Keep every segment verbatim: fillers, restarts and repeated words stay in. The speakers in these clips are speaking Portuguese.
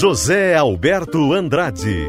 José Alberto Andrade.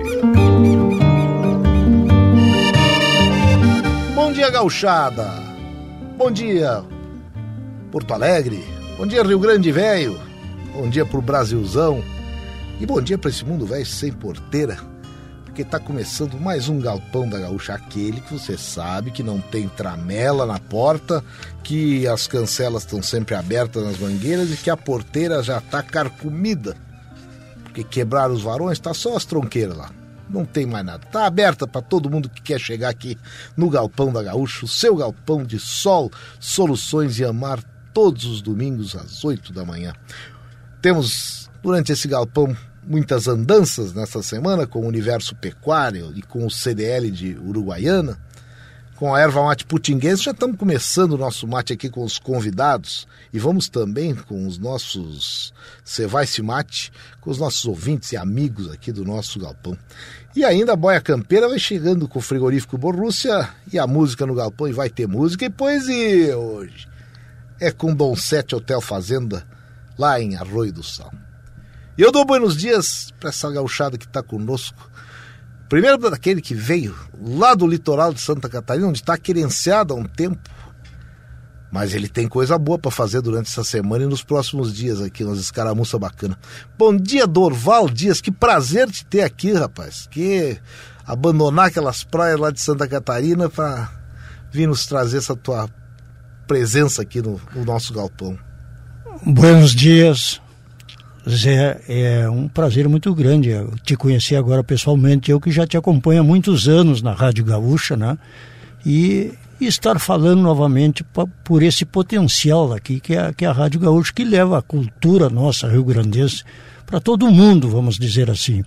Bom dia, gauchada. Bom dia, Porto Alegre. Bom dia, Rio Grande Velho. Bom dia pro Brasilzão. E bom dia para esse mundo velho sem porteira, porque tá começando mais um Galpão da Gaúcha, aquele que você sabe que não tem tramela na porta, que as cancelas estão sempre abertas nas mangueiras e que a porteira já tá carcomida, porque quebraram os varões, tá só as tronqueiras lá. Não tem mais nada. Tá aberta para todo mundo que quer chegar aqui no Galpão da Gaúcha, o seu galpão de sol, soluções e amar, todos os domingos às oito da manhã. Temos, durante esse galpão, muitas andanças nessa semana com o Universo Pecuário e com o C D L de Uruguaiana, com a erva mate putinguense. Já estamos começando o nosso mate aqui com os convidados e vamos também com os nossos Cevais Mate, com os nossos ouvintes e amigos aqui do nosso galpão. E ainda a Boia Campeira vai chegando com o frigorífico Borrússia e a música no galpão, e vai ter música e poesia hoje. É com Dom Sete Hotel Fazenda, lá em Arroio do Sal. E eu dou buenos dias para essa gauchada que está conosco. Primeiro para aquele que veio lá do litoral de Santa Catarina, onde está querenciado há um tempo. Mas ele tem coisa boa para fazer durante essa semana e nos próximos dias aqui, umas escaramuças bacanas. Bom dia, Dorval Dias. Que prazer te ter aqui, rapaz. Que abandonar aquelas praias lá de Santa Catarina para vir nos trazer essa tua presença aqui no, no nosso galpão. Buenos dias, Zé, é um prazer muito grande te conhecer agora pessoalmente, eu que já te acompanho há muitos anos na Rádio Gaúcha, né? E, e estar falando novamente pra, por esse potencial aqui, que é, que é a Rádio Gaúcha, que leva a cultura nossa rio-grandense para todo mundo, vamos dizer assim.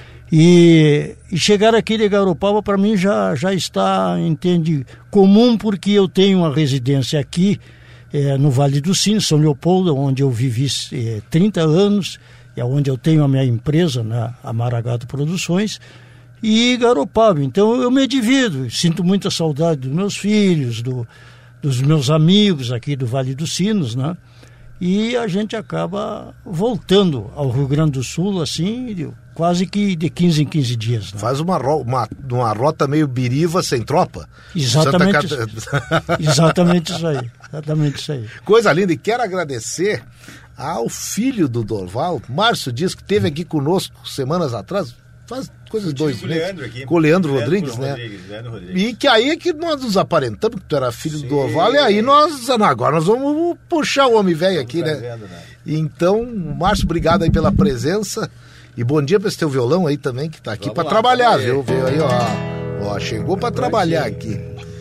E, e chegar aqui de Garopaba para mim já, já está, entende, comum, porque eu tenho uma residência aqui, É, no Vale dos Sinos, São Leopoldo, onde eu vivi é, trinta anos, é onde eu tenho a minha empresa, né, a Maragato Produções, e Garopaba. Então eu me divido, sinto muita saudade dos meus filhos, do, dos meus amigos aqui do Vale dos Sinos, né? E a gente acaba voltando ao Rio Grande do Sul, assim, quase que de quinze em quinze dias. Né? Faz uma, ro- uma, uma rota meio biriva sem tropa. Exatamente, Santa... exatamente isso aí. Exatamente isso aí. Coisa linda, e quero agradecer ao filho do Dorval, Márcio Dias, que esteve aqui conosco semanas atrás, faz coisas dois com o meses. Leandro aqui. Com o Leandro, Leandro Rodrigues, né? Rodrigues, Leandro Rodrigues. E que aí é que nós nos aparentamos que tu era filho Sim. do Dorval, e aí nós, agora nós vamos puxar o homem velho aqui, né? Trazendo, né? Então, Márcio, obrigado aí pela presença, e bom dia para esse teu violão aí também, que tá aqui para trabalhar, viu? Veio aí, ó, ó chegou para trabalhar aqui.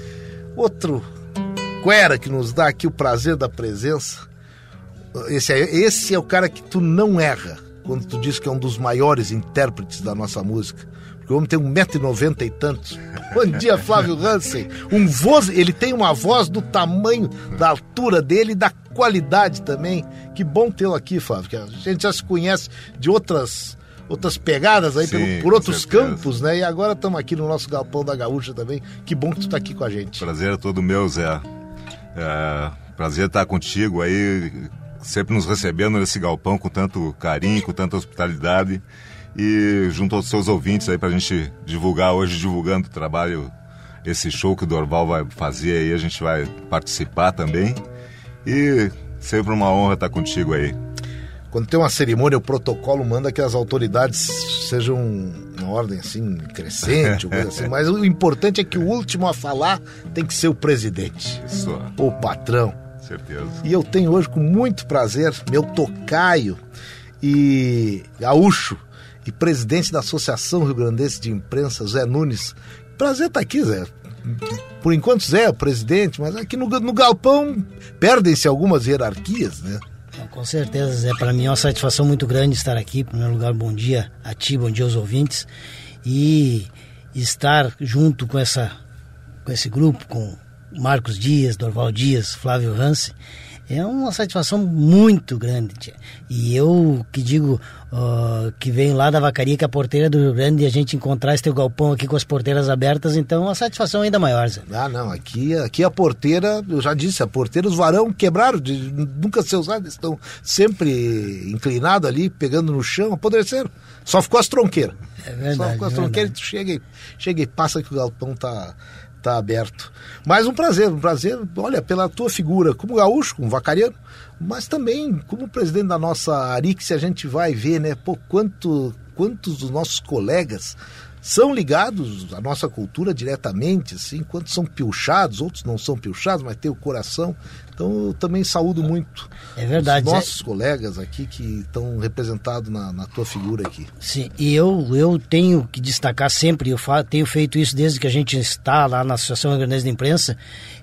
Outro Quera que nos dá aqui o prazer da presença. Esse, é, esse é o cara que tu não erra quando tu diz que é um dos maiores intérpretes da nossa música. Porque o homem tem um metro e noventa e tantos. Bom dia, Flávio Hansen. Um voz, ele tem uma voz do tamanho, da altura dele e da qualidade também. Que bom tê-lo aqui, Flávio. Que a gente já se conhece de outras, outras pegadas aí, Sim, pelo, por outros certeza. campos, né? E agora estamos aqui no nosso Galpão da Gaúcha também. Que bom que tu está aqui com a gente. Prazer é todo meu, Zé. É, prazer estar contigo aí, sempre nos recebendo nesse galpão com tanto carinho, com tanta hospitalidade, e junto aos seus ouvintes aí pra gente divulgar hoje, divulgando o trabalho, esse show que o Dorval vai fazer aí, a gente vai participar também, e sempre uma honra estar contigo aí. Quando tem uma cerimônia, o protocolo manda que as autoridades sejam uma ordem assim, crescente, coisa assim, mas o importante é que o último a falar tem que ser o presidente. Isso. O patrão. Certeza. E eu tenho hoje com muito prazer meu tocaio e gaúcho e presidente da Associação Rio Grandense de Imprensa, Zé Nunes. Prazer estar aqui, Zé. Por enquanto Zé é o presidente, mas aqui no, no galpão perdem-se algumas hierarquias, né? Com certeza, Zé. Para mim é uma satisfação muito grande estar aqui. Em primeiro lugar, bom dia a ti, bom dia aos ouvintes. E estar junto com, essa, com esse grupo, com Marcos Dias, Dorval Dias, Flávio Hansen, É uma satisfação muito grande, tia. E eu que digo, uh, que venho lá da Vacaria, que é a porteira do Rio Grande, e a gente encontrar esse teu galpão aqui com as porteiras abertas, então é uma satisfação ainda maior, Zé. Ah, não, aqui, aqui a porteira, eu já disse, a porteira, os varão quebraram, de, nunca ser usados, estão sempre inclinados ali, pegando no chão, apodreceram. Só ficou as tronqueiras. É verdade. Só ficou as é tronqueiras, tu chega e, chega e passa que o galpão tá... Tá aberto. Mas um prazer, um prazer, olha, pela tua figura como gaúcho, como vacariano, mas também como presidente da nossa Arix, a gente vai ver, né, pô, quanto, quantos dos nossos colegas são ligados à nossa cultura diretamente, assim, quantos são piochados, outros não são piochados, mas têm o coração. Então eu também saúdo muito é verdade, os nossos é... colegas aqui que estão representados na, na tua figura aqui. Sim, e eu, eu tenho que destacar sempre, eu fa- tenho feito isso desde que a gente está lá na Associação Rio-Grandense de Imprensa,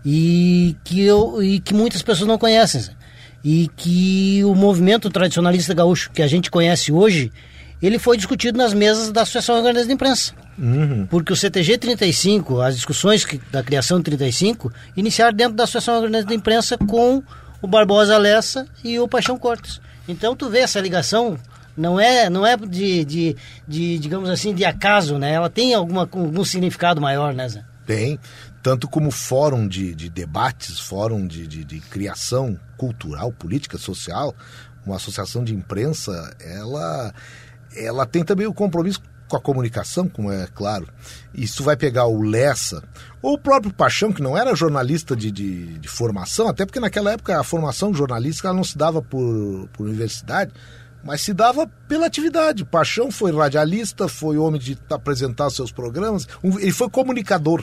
e que, eu, e que muitas pessoas não conhecem, e que o movimento tradicionalista gaúcho que a gente conhece hoje, ele foi discutido nas mesas da Associação Rio-Grandense de Imprensa. Uhum. Porque o C T G trinta e cinco, as discussões que, da criação de trinta e cinco, iniciaram dentro da Associação Rio-Grandense de Imprensa com o Barbosa Lessa e o Paixão Cortes. Então tu vê essa ligação, não é, não é de, de, de, digamos assim, de acaso, né? Ela tem alguma, algum significado maior, né, Zé? Tem, tanto como fórum de, de debates, fórum de, de, de criação cultural, política, social, uma associação de imprensa, ela... ela tem também o compromisso com a comunicação, como é claro. E se tu vai pegar o Lessa, ou o próprio Paixão, que não era jornalista de, de, de formação, até porque naquela época a formação jornalística ela não se dava por, por universidade, mas se dava pela atividade. Paixão foi radialista, foi homem de apresentar seus programas, um, ele foi comunicador.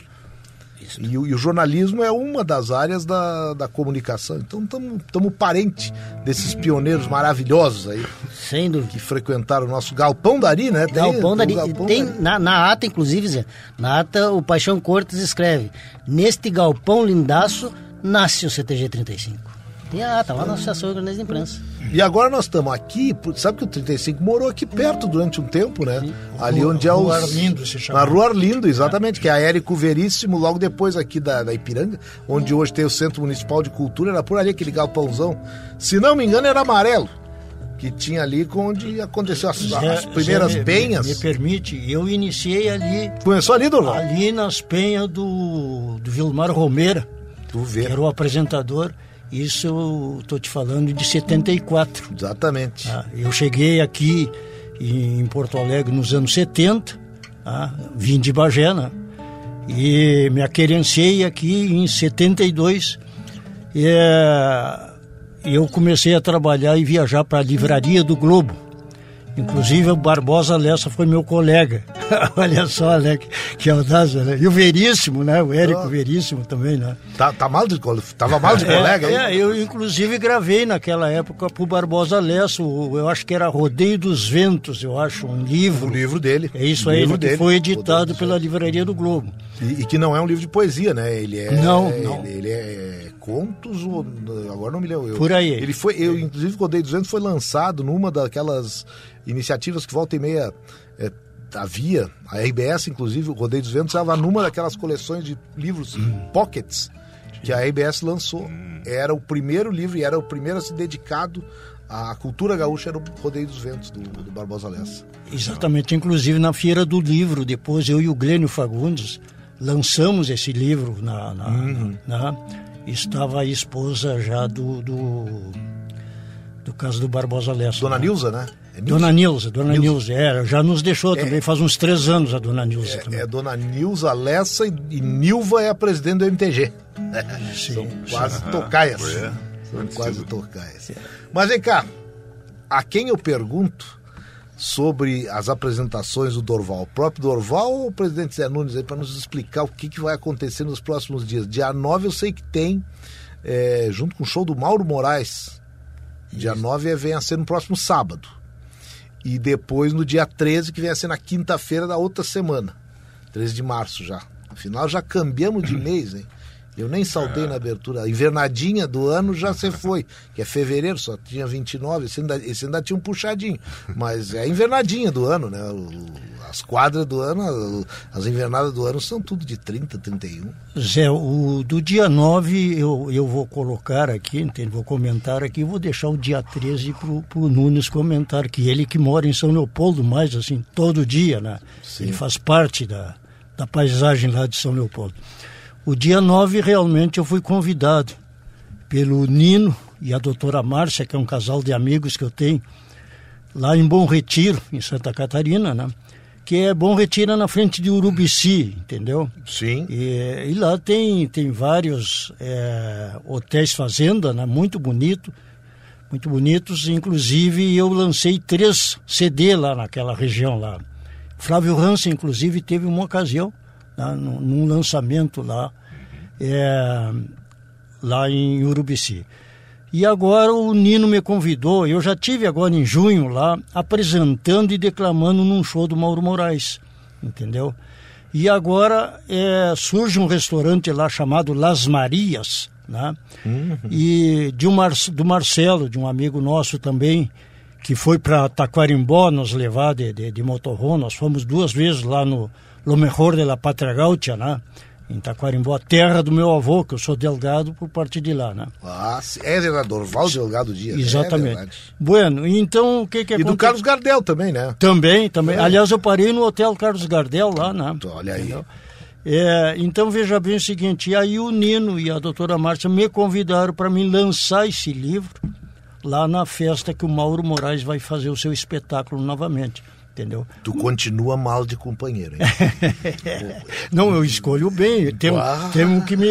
E o, e o jornalismo é uma das áreas da, da comunicação. Então estamos parente desses pioneiros maravilhosos aí. Sem dúvida. Que frequentaram o nosso Galpão da Ari, né? Tem, Galpão da Ari. Galpão Tem, Dari. na, na ata, inclusive, Zé, na ata o Paixão Cortes escreve: neste galpão lindaço nasce o C T G trinta e cinco. Tem a ata lá na Associação Rio-Grandense de Imprensa. E agora nós estamos aqui, sabe que o trinta e cinco morou aqui perto durante um tempo, né? Sim. Ali Rua, onde é o... Rua Arlindo se chama. Na Rua Arlindo, exatamente, é. Que é a Érico Veríssimo, logo depois aqui da, da Ipiranga, onde hoje tem o Centro Municipal de Cultura, era por ali aquele galpãozão. Se não me engano, era amarelo, que tinha ali onde aconteceu as, Zé, as primeiras Zé, me, penhas. Me, me permite, eu iniciei ali... Começou ali, Dorval? Ali nas penhas do, do Vilmar Romera, tu vê. Que era o apresentador. Isso eu estou te falando de setenta e quatro. Exatamente. Ah, eu cheguei aqui em Porto Alegre nos anos setenta, ah, vim de Bagé, né? E me aquerenciei aqui em setenta e dois. E é, eu comecei a trabalhar e viajar para a Livraria do Globo. Inclusive o Barbosa Lessa foi meu colega. Olha só, né? Que, que audácia, né? E o Veríssimo, né? O Érico oh. Veríssimo também, né? Tá, tá mal de, tava mal de é, colega aí? É, eu inclusive gravei naquela época pro Barbosa Lessa, eu acho que era Rodeio dos Ventos, eu acho, um livro. O livro dele. É isso aí, que dele. Foi editado pela Livraria do Globo. E, e que não é um livro de poesia, né? Ele é... Não, não. Ele, ele é contos, ou, agora não me lembro. Eu, Por aí. Ele foi, eu, inclusive, o Rodeio dos Ventos foi lançado numa daquelas iniciativas que volta e meia é, havia, a R B S, inclusive, o Rodeio dos Ventos estava numa daquelas coleções de livros hum. pockets que a R B S lançou. Hum. Era o primeiro livro e era o primeiro a ser dedicado à cultura gaúcha, era o Rodeio dos Ventos, do, do Barbosa Lessa. Exatamente, inclusive na Feira do Livro, depois eu e o Glênio Fagundes lançamos esse livro na, na, uhum. na estava a esposa já do, do, do caso do Barbosa Lessa. Dona né? Nilza, né? É Dona Nilza, Dona Nilza, é, já nos deixou é, também, faz uns três anos a Dona Nilza é, também. É Dona Nilza Lessa e, e Nilva é a presidente do M T G. Sim, São sim. quase ah, tocaias. É. São quase tocaias. É. Mas vem cá, a quem eu pergunto sobre as apresentações do Dorval? O próprio Dorval ou o presidente Zé Nunes aí para nos explicar o que, que vai acontecer nos próximos dias? Dia nove eu sei que tem, é, junto com o show do Mauro Moraes. Dia Isso. nove vem a ser no próximo sábado. E depois no dia treze, que vem a ser na quinta-feira da outra semana. treze de março já. Afinal, já cambiamos de mês, hein? Eu nem saudei é. na abertura. A invernadinha do ano já se foi, que é fevereiro, só tinha vinte e nove, esse ainda, esse ainda tinha um puxadinho. Mas é a invernadinha do ano, né? O, as quadras do ano, as invernadas do ano são tudo de trinta, trinta e um. Zé, o do dia nove eu, eu vou colocar aqui, entende? Vou comentar aqui, vou deixar o dia treze pro, pro Nunes comentar, que ele que mora em São Leopoldo mais assim, todo dia, né? Sim. Ele faz parte da, da paisagem lá de São Leopoldo. O dia nove, realmente, eu fui convidado pelo Nino e a doutora Márcia, que é um casal de amigos que eu tenho, lá em Bom Retiro, em Santa Catarina, né? Que é Bom Retiro na frente de Urubici, entendeu? Sim. E, e lá tem, tem vários é, hotéis fazenda, né? Muito bonito, muito bonitos. Inclusive, eu lancei três C D lá naquela região lá. Flávio Hansen, inclusive, teve uma ocasião, Tá, num lançamento lá, é, lá em Urubici. E agora o Nino me convidou, eu já tive agora em junho lá, apresentando e declamando num show do Mauro Moraes, entendeu? E agora é, surge um restaurante lá chamado Las Marias, né? Uhum. E de um Mar, do Marcelo, de um amigo nosso também, que foi para Taquarimbó nos levar de, de, de motorhome. Nós fomos duas vezes lá no Lo Mejor de la Pátria Gaúcha, né? Em Taquarimbó, a terra do meu avô, que eu sou Delgado por parte de lá, né? Ah, é verdade, Dorval Delgado Dias. Exatamente. É bueno, então o que que acontece? E do Carlos Gardel também, né? Também, também. É. Aliás, eu parei no Hotel Carlos Gardel lá, né? Olha aí. É, então veja bem o seguinte, e aí o Nino e a doutora Márcia me convidaram para me lançar esse livro lá na festa que o Mauro Moraes vai fazer o seu espetáculo novamente. Entendeu? Tu continua mal de companheiro, hein? Não, eu escolho bem. Tem, ah, tem um que me...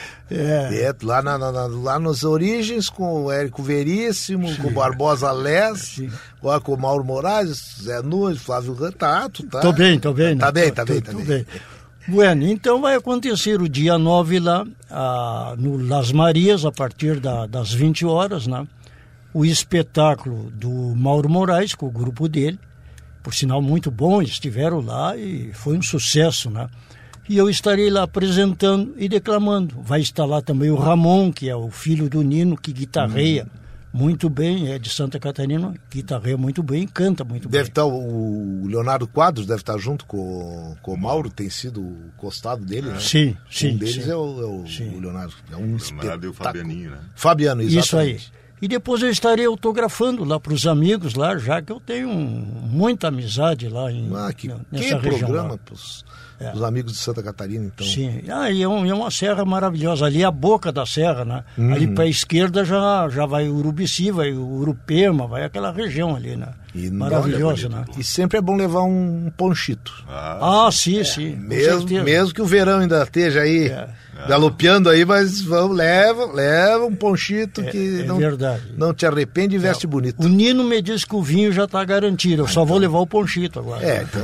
É, é lá, na, na, lá nas origens, com o Érico Veríssimo, sim, com o Barbosa Leste, agora com o Mauro Moraes, Zé Nunes, Flávio Rantato, tá? Tô bem, tô bem. Tá né? bem, tá tô, bem, tá tô bem. bem. Bueno, então vai acontecer o dia nove lá, ah, no Las Marias, a partir da, das vinte horas, né? O espetáculo do Mauro Moraes, com o grupo dele, por sinal muito bom, estiveram lá e foi um sucesso, né? E eu estarei lá apresentando e declamando. Vai estar lá também o Ramon, que é o filho do Nino, que guitarreia hum. muito bem, é de Santa Catarina, guitarreia muito bem, canta muito deve bem. Deve estar o Leonardo Quadros, deve estar junto com, com o Mauro, tem sido o costado dele, né? Sim, sim. Um deles sim. é, o, é o, sim. o Leonardo. É um espetáculo. E o Fabianinho, né? Fabiano, exatamente. Isso aí. E depois eu estarei autografando lá para os amigos lá, já que eu tenho um, muita amizade lá em, ah, que, nessa que região. programa para os é. amigos de Santa Catarina, então. Sim, ah, e é, um, é uma serra maravilhosa. Ali é a boca da serra, né? Uhum. Ali para a esquerda já, já vai Urubici, vai Urupema, vai aquela região ali, né? E maravilhosa, né? E sempre é bom levar um ponchito. Ah, ah sim, é. sim. Mesmo, mesmo que o verão ainda esteja aí... É. Galopeando aí, mas vamos, leva, leva um ponchito é, que é não, verdade. não te arrepende e veste é, bonito. O Nino me disse que o vinho já está garantido, eu ah, só então. vou levar o ponchito agora. É, então.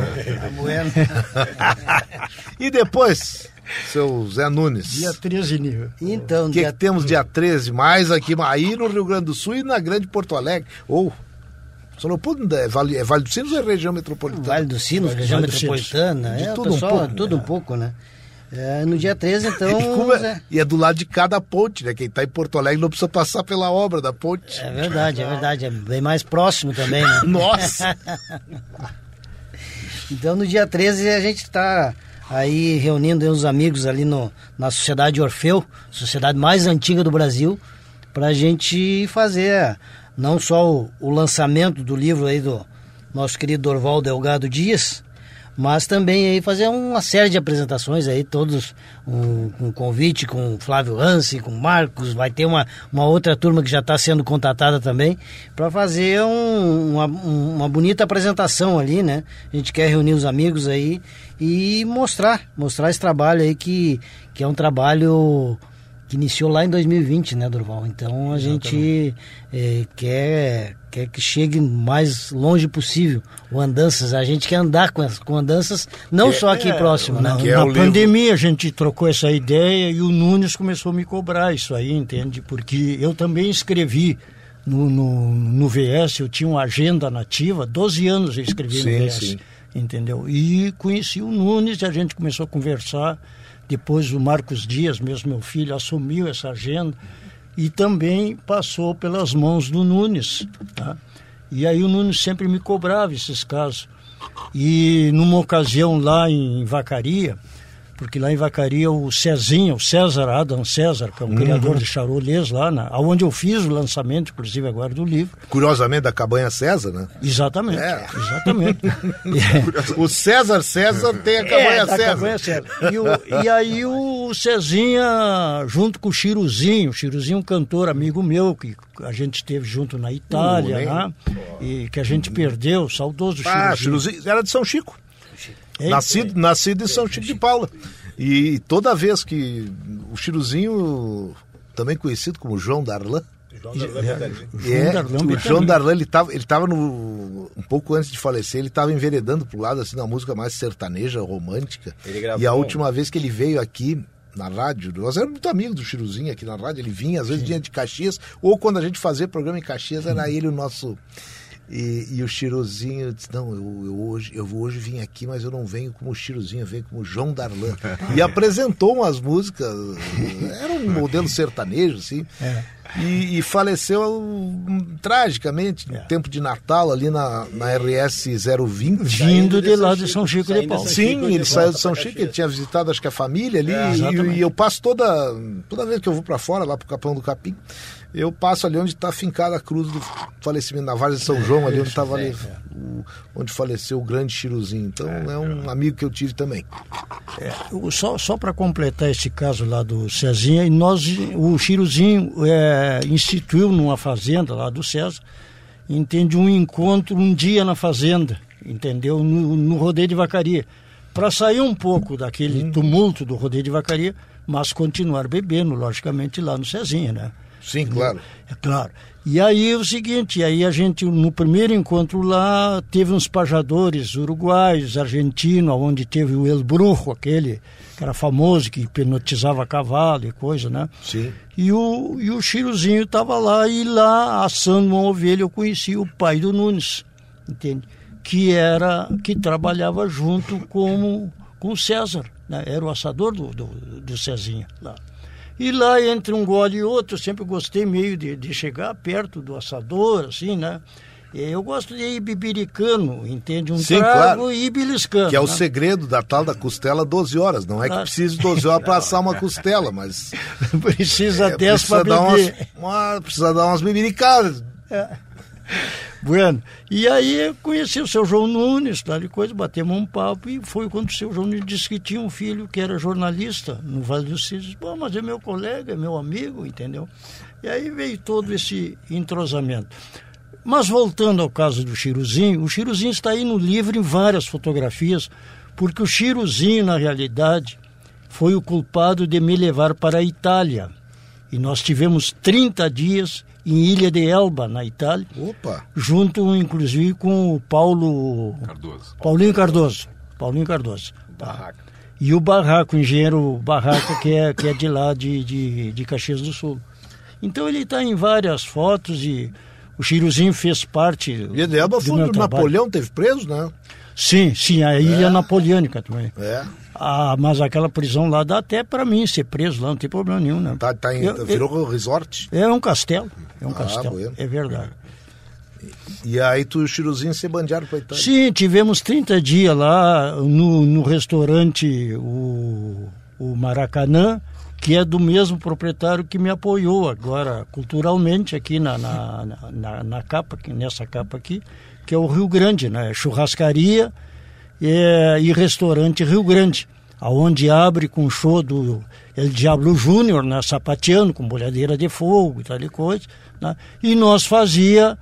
E depois, seu Zé Nunes? Dia treze, nível. Então, o que, dia... que temos dia treze? Mais aqui, aí no Rio Grande do Sul e na Grande Porto Alegre. Ou. Só não pode, é Vale, é Vale dos Sinos ou é região metropolitana? Vale dos Sinos, vale região metropolitana. É, tudo, pessoal, um pouco, tudo né? um pouco, né? É, no dia treze, então... E é, e é do lado de cada ponte, né? Quem está em Porto Alegre não precisa passar pela obra da ponte. É verdade, é verdade. É bem mais próximo também, né? Nossa! Então, no dia treze, a gente está aí reunindo os amigos ali no, na Sociedade Orfeu, sociedade mais antiga do Brasil, para a gente fazer não só o, o lançamento do livro aí do nosso querido Dorval Delgado Dias, mas também aí fazer uma série de apresentações aí, todos um, um convite com o Flávio Hansen, com o Marcos, vai ter uma, uma outra turma que já está sendo contatada também, para fazer um, uma, uma bonita apresentação ali, né? A gente quer reunir os amigos aí e mostrar, mostrar esse trabalho aí que, que é um trabalho que iniciou lá em dois mil e vinte, né, Durval? Então a Exatamente. gente é, quer, quer que chegue mais longe possível o Andanças. A gente quer andar com, as, com Andanças, não que só aqui é, próximo, né? Na, é na pandemia livro. a gente trocou essa ideia e o Nunes começou a me cobrar isso aí, entende? Porque eu também escrevi no, no, no V S, eu tinha uma agenda nativa, doze anos eu escrevi sim, no V S, sim. entendeu? E conheci o Nunes e a gente começou a conversar. Depois o Marcos Dias, mesmo meu filho, assumiu essa agenda e também passou pelas mãos do Nunes, tá? E aí o Nunes sempre me cobrava esses casos. E numa ocasião lá em Vacaria, porque lá em Vacaria o Cezinha, o César Adam César, que é um uhum. criador de charolês lá, na, onde eu fiz o lançamento, inclusive agora, do livro. Curiosamente, da Cabanha César, né? Exatamente, é. exatamente. O César César tem a Cabanha é, César. Cabanha César. E, o, e aí o Cezinha, junto com o Chiruzinho, o Chiruzinho, um cantor amigo meu, que a gente esteve junto na Itália, uh, né? E que a gente perdeu, saudoso Chiruzinho. Ah, Chiruzinho era de São Chico. É, nascido, é. nascido em São Chico de Paula. E toda vez que o Chiruzinho, também conhecido como João Darlan, João Darlan, é, é, Darlan o João Darlan, ele estava ele tava no, um pouco antes de falecer, ele estava enveredando pro lado assim, da música mais sertaneja, romântica. E a última vez que ele veio aqui na rádio, nós éramos muito amigos do Chiruzinho aqui na rádio, ele vinha, às vezes vinha de Caxias, ou quando a gente fazia programa em Caxias, era ele o nosso... E, e o Chiruzinho disse, não, eu, eu, hoje, eu vou hoje vim aqui, mas eu não venho como o Chiruzinho, eu venho como o João Darlan. E apresentou umas músicas, era um modelo sertanejo, assim, é. e, e faleceu um, tragicamente, no é. tempo de Natal, ali na, na R S zero vinte. Vindo de lá de São Chico de Paula. Sim, ele saiu de São Chico, ele tinha visitado, acho que a família ali, é, e, e eu passo toda, toda vez que eu vou para fora, lá pro Capão do Capim, eu passo ali onde está fincada a cruz do falecimento, na Várzea de São João, ali onde estava ali, o, onde faleceu o grande Chiruzinho. Então é um amigo que eu tive também. É, só só para completar esse caso lá do Cezinha, nós, o Chiruzinho é, instituiu numa fazenda lá do César, entende, um encontro um dia na fazenda, entendeu? No, no rodeio de Vacaria, para sair um pouco daquele hum. tumulto do rodeio de Vacaria, mas continuar bebendo, logicamente, lá no Cezinha, né? Sim, claro. É claro. E aí é o seguinte, aí a gente, no primeiro encontro lá, teve uns pajadores uruguaios, argentinos, onde teve o El Brujo, aquele que era famoso, que hipnotizava cavalo e coisa, né? Sim. E o, e o Chiruzinho estava lá, e lá, assando uma ovelha, eu conheci o pai do Nunes, entende? Que era, que trabalhava junto com, com o César, né? Era o assador do, do, do Cezinha lá. E lá, entre um gole e outro, eu sempre gostei meio de, de chegar perto do assador, assim, né? Eu gosto de ir bibiricando, entende? Um Sim, trago claro. E ir beliscando. Que é né? o segredo da tal da costela doze horas. Não é que precise doze horas para assar uma costela, mas... Precisa é, dez para beber. Umas, uma, precisa dar umas bibiricadas. É. Bueno, e aí eu conheci o seu João Nunes, tal e coisa, batemos um papo, e foi quando o seu João Nunes disse que tinha um filho que era jornalista no Vale dos Sinos. Bom, mas é meu colega, é meu amigo, entendeu? E aí veio todo esse entrosamento. Mas voltando ao caso do Chiruzinho, o Chiruzinho está aí no livro em várias fotografias, porque o Chiruzinho, na realidade, foi o culpado de me levar para a Itália. E nós tivemos trinta dias em Ilha de Elba, na Itália. Opa! Junto, inclusive, com o Paulo... Cardoso. Paulinho Cardoso. Paulinho Cardoso. Barraca. E o Barraco, o engenheiro Barraca, que é, que é de lá, de, de, de Caxias do Sul. Então ele está em várias fotos e o Chiruzinho fez parte Ilha de Elba foi onde o Napoleão teve preso, né? Sim, sim, a Ilha é. Napoleônica também. É. Ah, mas aquela prisão lá dá até para mim ser preso lá, não tem problema nenhum, né? Tá, tá em, eu, virou eu, resort? É um castelo, é um ah, castelo, bueno. É verdade. E, e aí tu e o Chiruzinho se bandearam para Itália? Sim, tivemos trinta dias lá no, no restaurante o, o Maracanã, que é do mesmo proprietário que me apoiou agora culturalmente aqui na, na, na, na capa, nessa capa aqui, que é o Rio Grande, né? Churrascaria é, e restaurante Rio Grande, aonde abre com o show do El Diablo Júnior, né? Sapateando, com bolhadeira de fogo e tal e coisa, né? E nós fazia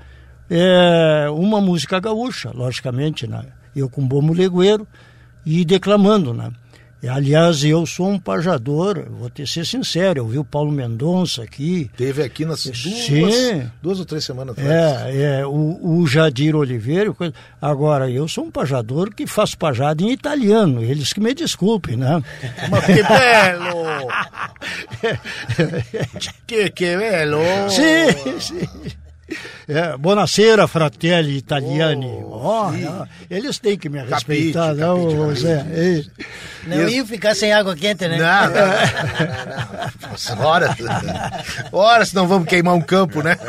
é, uma música gaúcha, logicamente, né? Eu com bom legueiro e declamando, né? Aliás, eu sou um pajador, vou ter ser sincero, eu vi o Paulo Mendonça aqui. Teve aqui nas duas, duas ou três semanas atrás. É, é o, o Jadir Oliveira. Coisa. Agora, eu sou um pajador que faço pajada em italiano, eles que me desculpem, né? Mas que belo! que, que belo! Sim, sim. É, buonasera, fratelli italiani. Oh, oh, eles têm que me respeitar, capite, não, capite, Zé? capite. Não ia ficar sem água quente, né? Não, não, não, não, não. Ora, ora, senão vamos queimar um campo, né?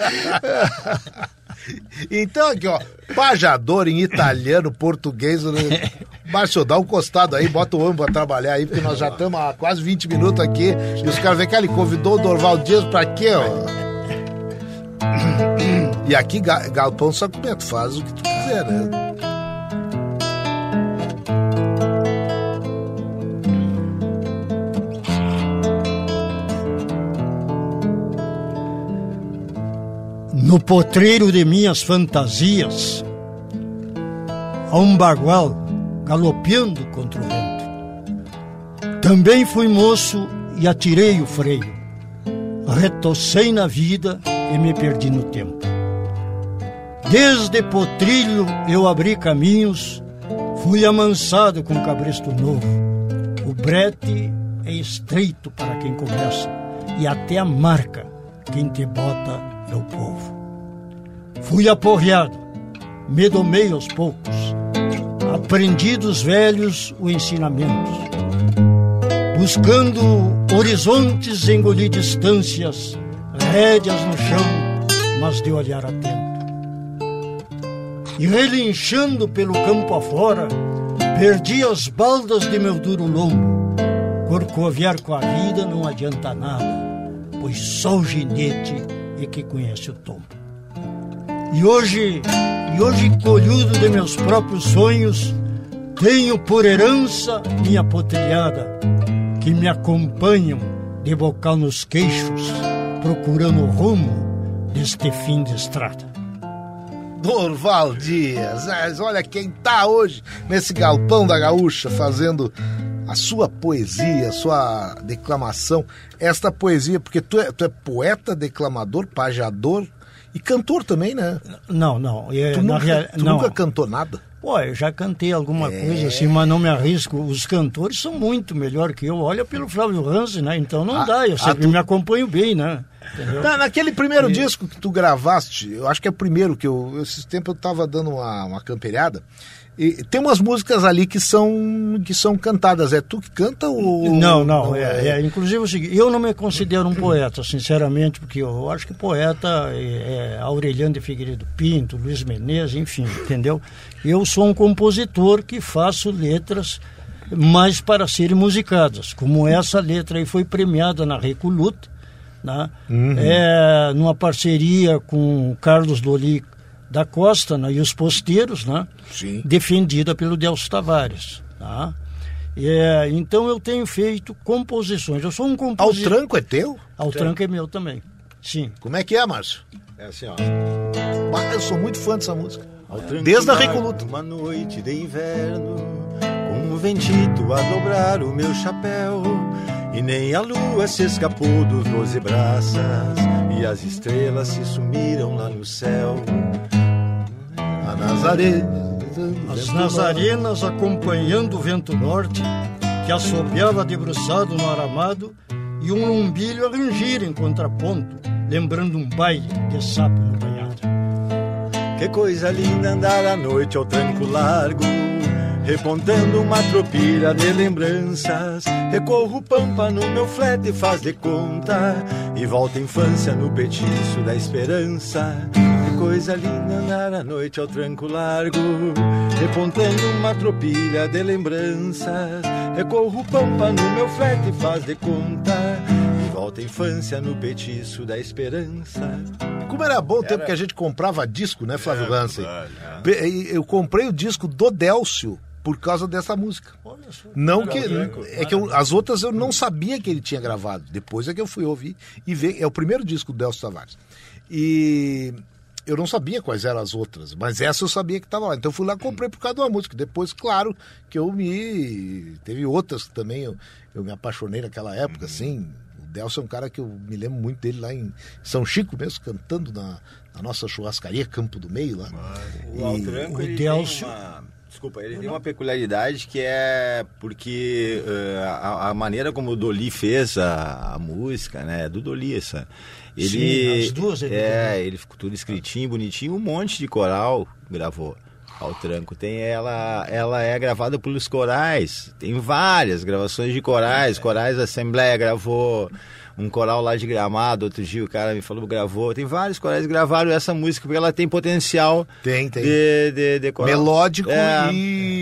Então, aqui, ó, pajador em italiano, português, Márcio, dá um costado aí, bota o homem pra trabalhar aí, porque nós já estamos há quase vinte minutos aqui, e os caras veem que ele convidou o Dorval Dias pra quê, ó? E aqui, galpão só que tu faz o que tu quiser, né? No potreiro de minhas fantasias, há um bagual galopeando contra o vento. Também fui moço e atirei o freio. Retocei na vida e me perdi no tempo. Desde potrilho eu abri caminhos, fui amansado com cabresto novo. O brete é estreito para quem começa, e até a marca quem te bota é o povo. Fui aporreado, me domei aos poucos, aprendi dos velhos o ensinamento. Buscando horizontes, engoli distâncias, rédeas no chão, mas de olhar atento. E relinchando pelo campo afora, perdi as baldas de meu duro lombo. Corcoviar com a vida não adianta nada, pois só o ginete é que conhece o tombo. E hoje, e hoje colhudo de meus próprios sonhos, tenho por herança minha potrilhada, que me acompanham de bocal nos queixos, procurando o rumo deste fim de estrada. Dorval Dias, olha quem tá hoje nesse galpão da Gaúcha fazendo a sua poesia, a sua declamação. Esta poesia, porque tu é, tu é poeta, declamador, pajador e cantor também, né? Não, não. É, tu nunca, real... tu não. nunca cantou nada? Pô, eu já cantei alguma é... coisa assim, mas não me arrisco. Os cantores são muito melhor que eu. Olha pelo Flávio Ranzi, né? Então não ah, dá, eu sempre ah, tu... me acompanho bem, né? Na, naquele primeiro e... disco que tu gravaste, eu acho que é o primeiro que eu... Esses tempos eu tava dando uma, uma campeirada. E tem umas músicas ali que são, que são cantadas. É tu que canta ou... Não, não. não é, é... É, inclusive o seguinte, eu não me considero um poeta, sinceramente, porque eu acho que poeta é, é Aureliano de Figueiredo Pinto, Luiz Menezes, enfim, entendeu? Eu sou um compositor que faço letras mais para serem musicadas, como essa letra aí foi premiada na Recoluta, né? Uhum. É, numa parceria com o Carlos Loli da Costa, né, e os Posteiros, né? Sim. Defendida pelo Delcio Tavares. Tá? É, então eu tenho feito composições. Eu sou um compositor. Ao Tranco é teu? Ao Tranco é meu também. Sim. Como é que é, Márcio? É assim, ó. Eu sou muito fã dessa música. Ao Desde a Recoluta. Uma noite de inverno, com um ventito a dobrar o meu chapéu, e nem a lua se escapou dos doze braças, e as estrelas se sumiram lá no céu. A Nazarena, as nazarenas acompanhando o vento norte, que assobiava debruçado no aramado, e um lumbilho a rangir em contraponto, lembrando um baile de sapo no banhado. Que coisa linda andar à noite ao tranco largo, repontando uma tropilha de lembranças. Recorro pampa no meu flete, faz de conta, e volta a infância no petiço da esperança. Que coisa linda andar à noite ao tranco largo, repontando uma tropilha de lembranças. Recorro pampa no meu flete, faz de conta, e volta a infância no petiço da esperança. Como era bom o tempo era... que a gente comprava disco, né, Flávio Ranzi? É. Eu comprei o disco do Délcio por causa dessa música. Não que é que eu, as outras eu não sabia que ele tinha gravado. Depois é que eu fui ouvir e ver. É o primeiro disco do Délcio Tavares. E eu não sabia quais eram as outras, mas essa eu sabia que estava lá. Então eu fui lá e comprei por causa de uma música. Depois, claro, que eu me... Teve outras que também eu, eu me apaixonei naquela época, assim. O Délcio é um cara que eu me lembro muito dele lá em São Chico mesmo, cantando na, na nossa churrascaria Campo do Meio lá. O Altranco, o Délcio... Uma... Desculpa, ele tem uma peculiaridade que é porque uh, a, a maneira como o Doli fez a, a música, né, do Doli, essa. Ele, Sim, as duas ele é, tem. ele ficou tudo escritinho, bonitinho, um monte de coral gravou ao tranco. Tem ela, ela é gravada pelos corais, tem várias gravações de corais, corais da Assembleia gravou, um coral lá de Gramado, outro dia o cara me falou, gravou, tem vários corais que gravaram essa música, porque ela tem potencial Tem, tem. de, de, de coral. Melódico É.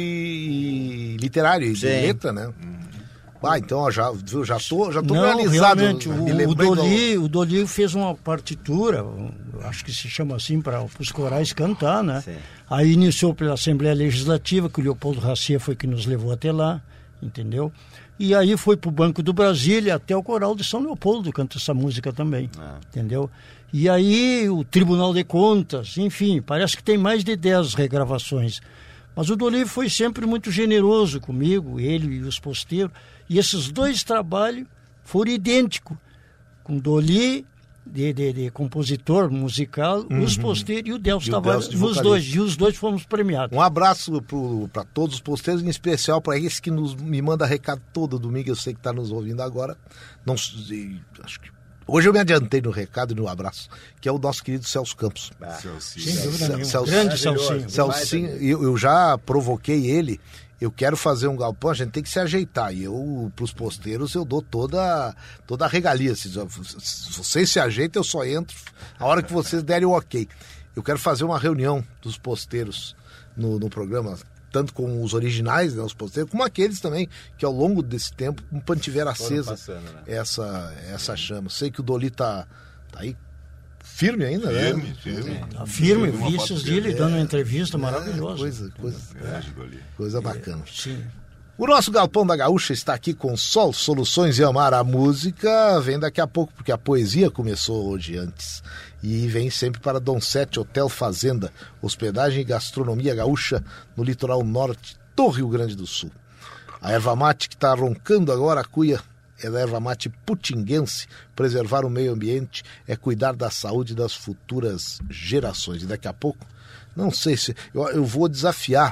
e literário, e de Sim. letra, né? Ah, então, ó, já, viu, já tô, já tô Não, realizado. realmente, me o, o, lembrei do- Doli, o Doli fez uma partitura, um, acho que se chama assim, para os corais cantar, né? Sim. Aí iniciou pela Assembleia Legislativa, que o Leopoldo Racia foi que nos levou até lá, entendeu? E aí foi para o Banco do Brasil e até o Coral de São Leopoldo canta essa música também, Ah. entendeu? E aí o Tribunal de Contas, enfim, parece que tem mais de dez regravações. Mas o Doli foi sempre muito generoso comigo, ele e os posteiros. E esses dois trabalhos foram idênticos. Com o Doli, de, de, de compositor musical, os posteiros e o Delcio E o Tavares, Delcio de nos vocalista. dois. E os dois fomos premiados. Um abraço para todos os posteiros, em especial para esse que nos, me manda recado todo domingo, eu sei que está nos ouvindo agora. Não, e, acho que, hoje eu me adiantei no recado e no abraço, que é o nosso querido Celso Campos. Celcinho. Sem dúvida Cel- nenhuma. Celso- Grande Maravilhoso. Celcinho. Celcinho, eu, eu já provoquei ele, eu quero fazer um galpão, a gente tem que se ajeitar. E eu, pros posteiros, eu dou toda, toda a regalia. Se, se vocês se ajeitam, eu só entro a hora que vocês derem o ok. Eu quero fazer uma reunião dos posteiros no, no programa, tanto com os originais, né, os posteiros, como aqueles também que ao longo desse tempo mantiveram acesa passando, né? essa, essa chama. Sei que o Doli tá, tá aí firme ainda, Firme, né? firme. Tá firme, Eu vi uma vi foto esses dele. dias ele dando uma entrevista É, maravilhosa. coisa, coisa, Grande Doli. coisa bacana. Sim. O nosso Galpão da Gaúcha está aqui com Sol Soluções e Amar a Música. Vem daqui a pouco, porque a poesia começou hoje antes. E vem sempre para Dom Sete Hotel Fazenda, hospedagem e gastronomia gaúcha no litoral norte do Rio Grande do Sul. A erva mate que está roncando agora a cuia é da erva mate putinguense. Preservar o meio ambiente é cuidar da saúde das futuras gerações. E daqui a pouco, não sei se... Eu, eu vou desafiar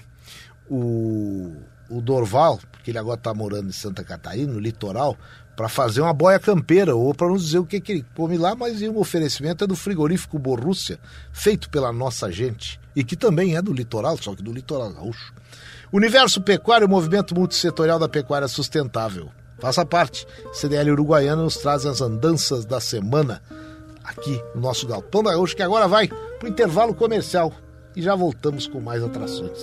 o... o Dorval, porque ele agora está morando em Santa Catarina, no litoral, para fazer uma boia campeira, ou para nos dizer o que, que ele come lá, mas um oferecimento é do frigorífico Borrússia, feito pela nossa gente, e que também é do litoral, só que do litoral gaúcho. Universo Pecuário, movimento multissetorial da pecuária sustentável. Faça parte. C D L Uruguaiana nos traz as andanças da semana aqui no nosso Galpão da Gaúcha, que agora vai para o intervalo comercial e já voltamos com mais atrações.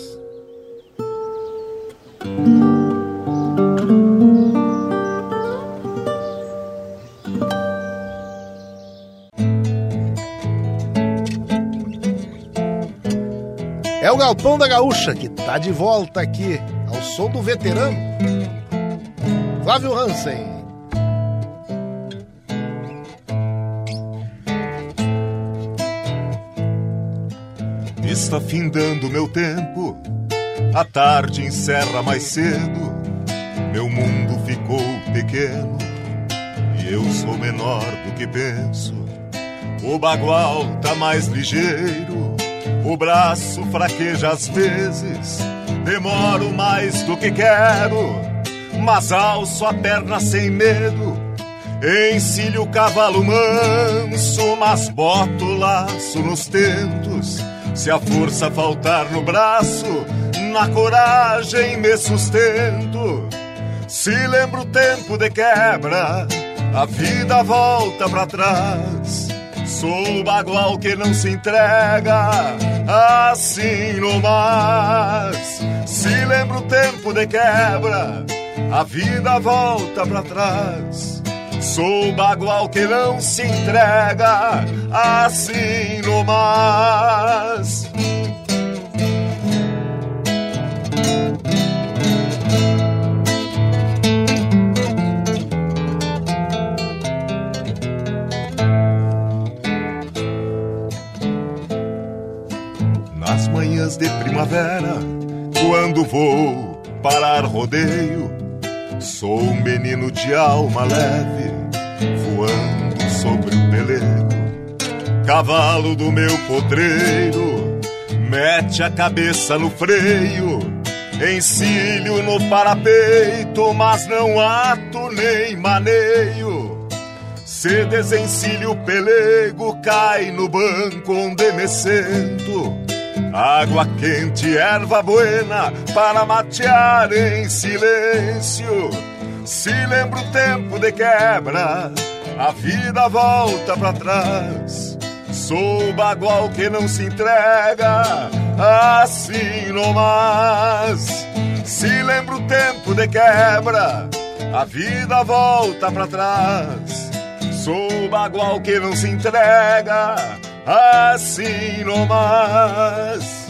É o Galpão da Gaúcha que tá de volta aqui ao som do veterano Flávio Hansen. Está findando meu tempo, a tarde encerra mais cedo, meu mundo ficou pequeno e eu sou menor do que penso. O bagual tá mais ligeiro, o braço fraqueja às vezes, demoro mais do que quero, mas alço a perna sem medo, encilho o cavalo manso, mas boto o laço nos tentos. Se a força faltar no braço, na coragem me sustento. Se lembro o tempo de quebra, a vida volta pra trás. Sou o bagual que não se entrega assim no mais. Se lembro o tempo de quebra, a vida volta pra trás. Sou o bagual que não se entrega assim no mais. Nas manhãs de primavera, quando vou parar rodeio, sou um menino de alma leve, voando sobre o pelego. Cavalo do meu potreiro, mete a cabeça no freio, encilho no parapeito, mas não ato nem maneio. Se desencilho o pelego, cai no banco onde me sento. Água quente, erva buena, para matear em silêncio. Se lembro o tempo de quebra, a vida volta pra trás. Sou bagual que não se entrega assim nomás. Se lembro o tempo de quebra, a vida volta pra trás. Sou bagual que não se entrega assim nomás.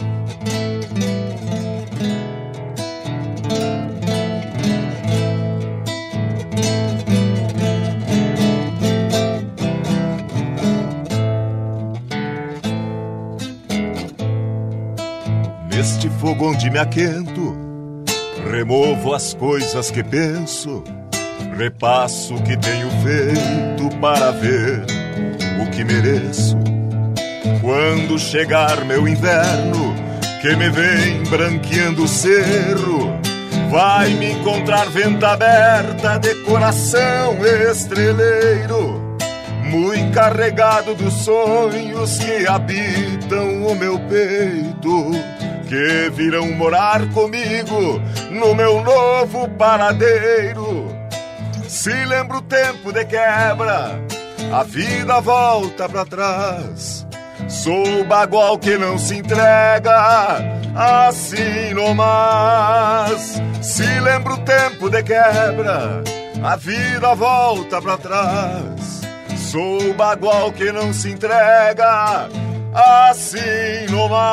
Neste fogo onde me aquento, removo as coisas que penso, repasso o que tenho feito para ver o que mereço. Quando chegar meu inverno, que me vem branqueando o cerro, vai me encontrar venta aberta de coração estreleiro, muito carregado dos sonhos que habitam o meu peito, que virão morar comigo no meu novo paradeiro. Se lembro o tempo de quebra, a vida volta pra trás. Sou bagual que não se entrega assim nomás. Se lembro o tempo de quebra, a vida volta pra trás. Sou bagual que não se entrega assim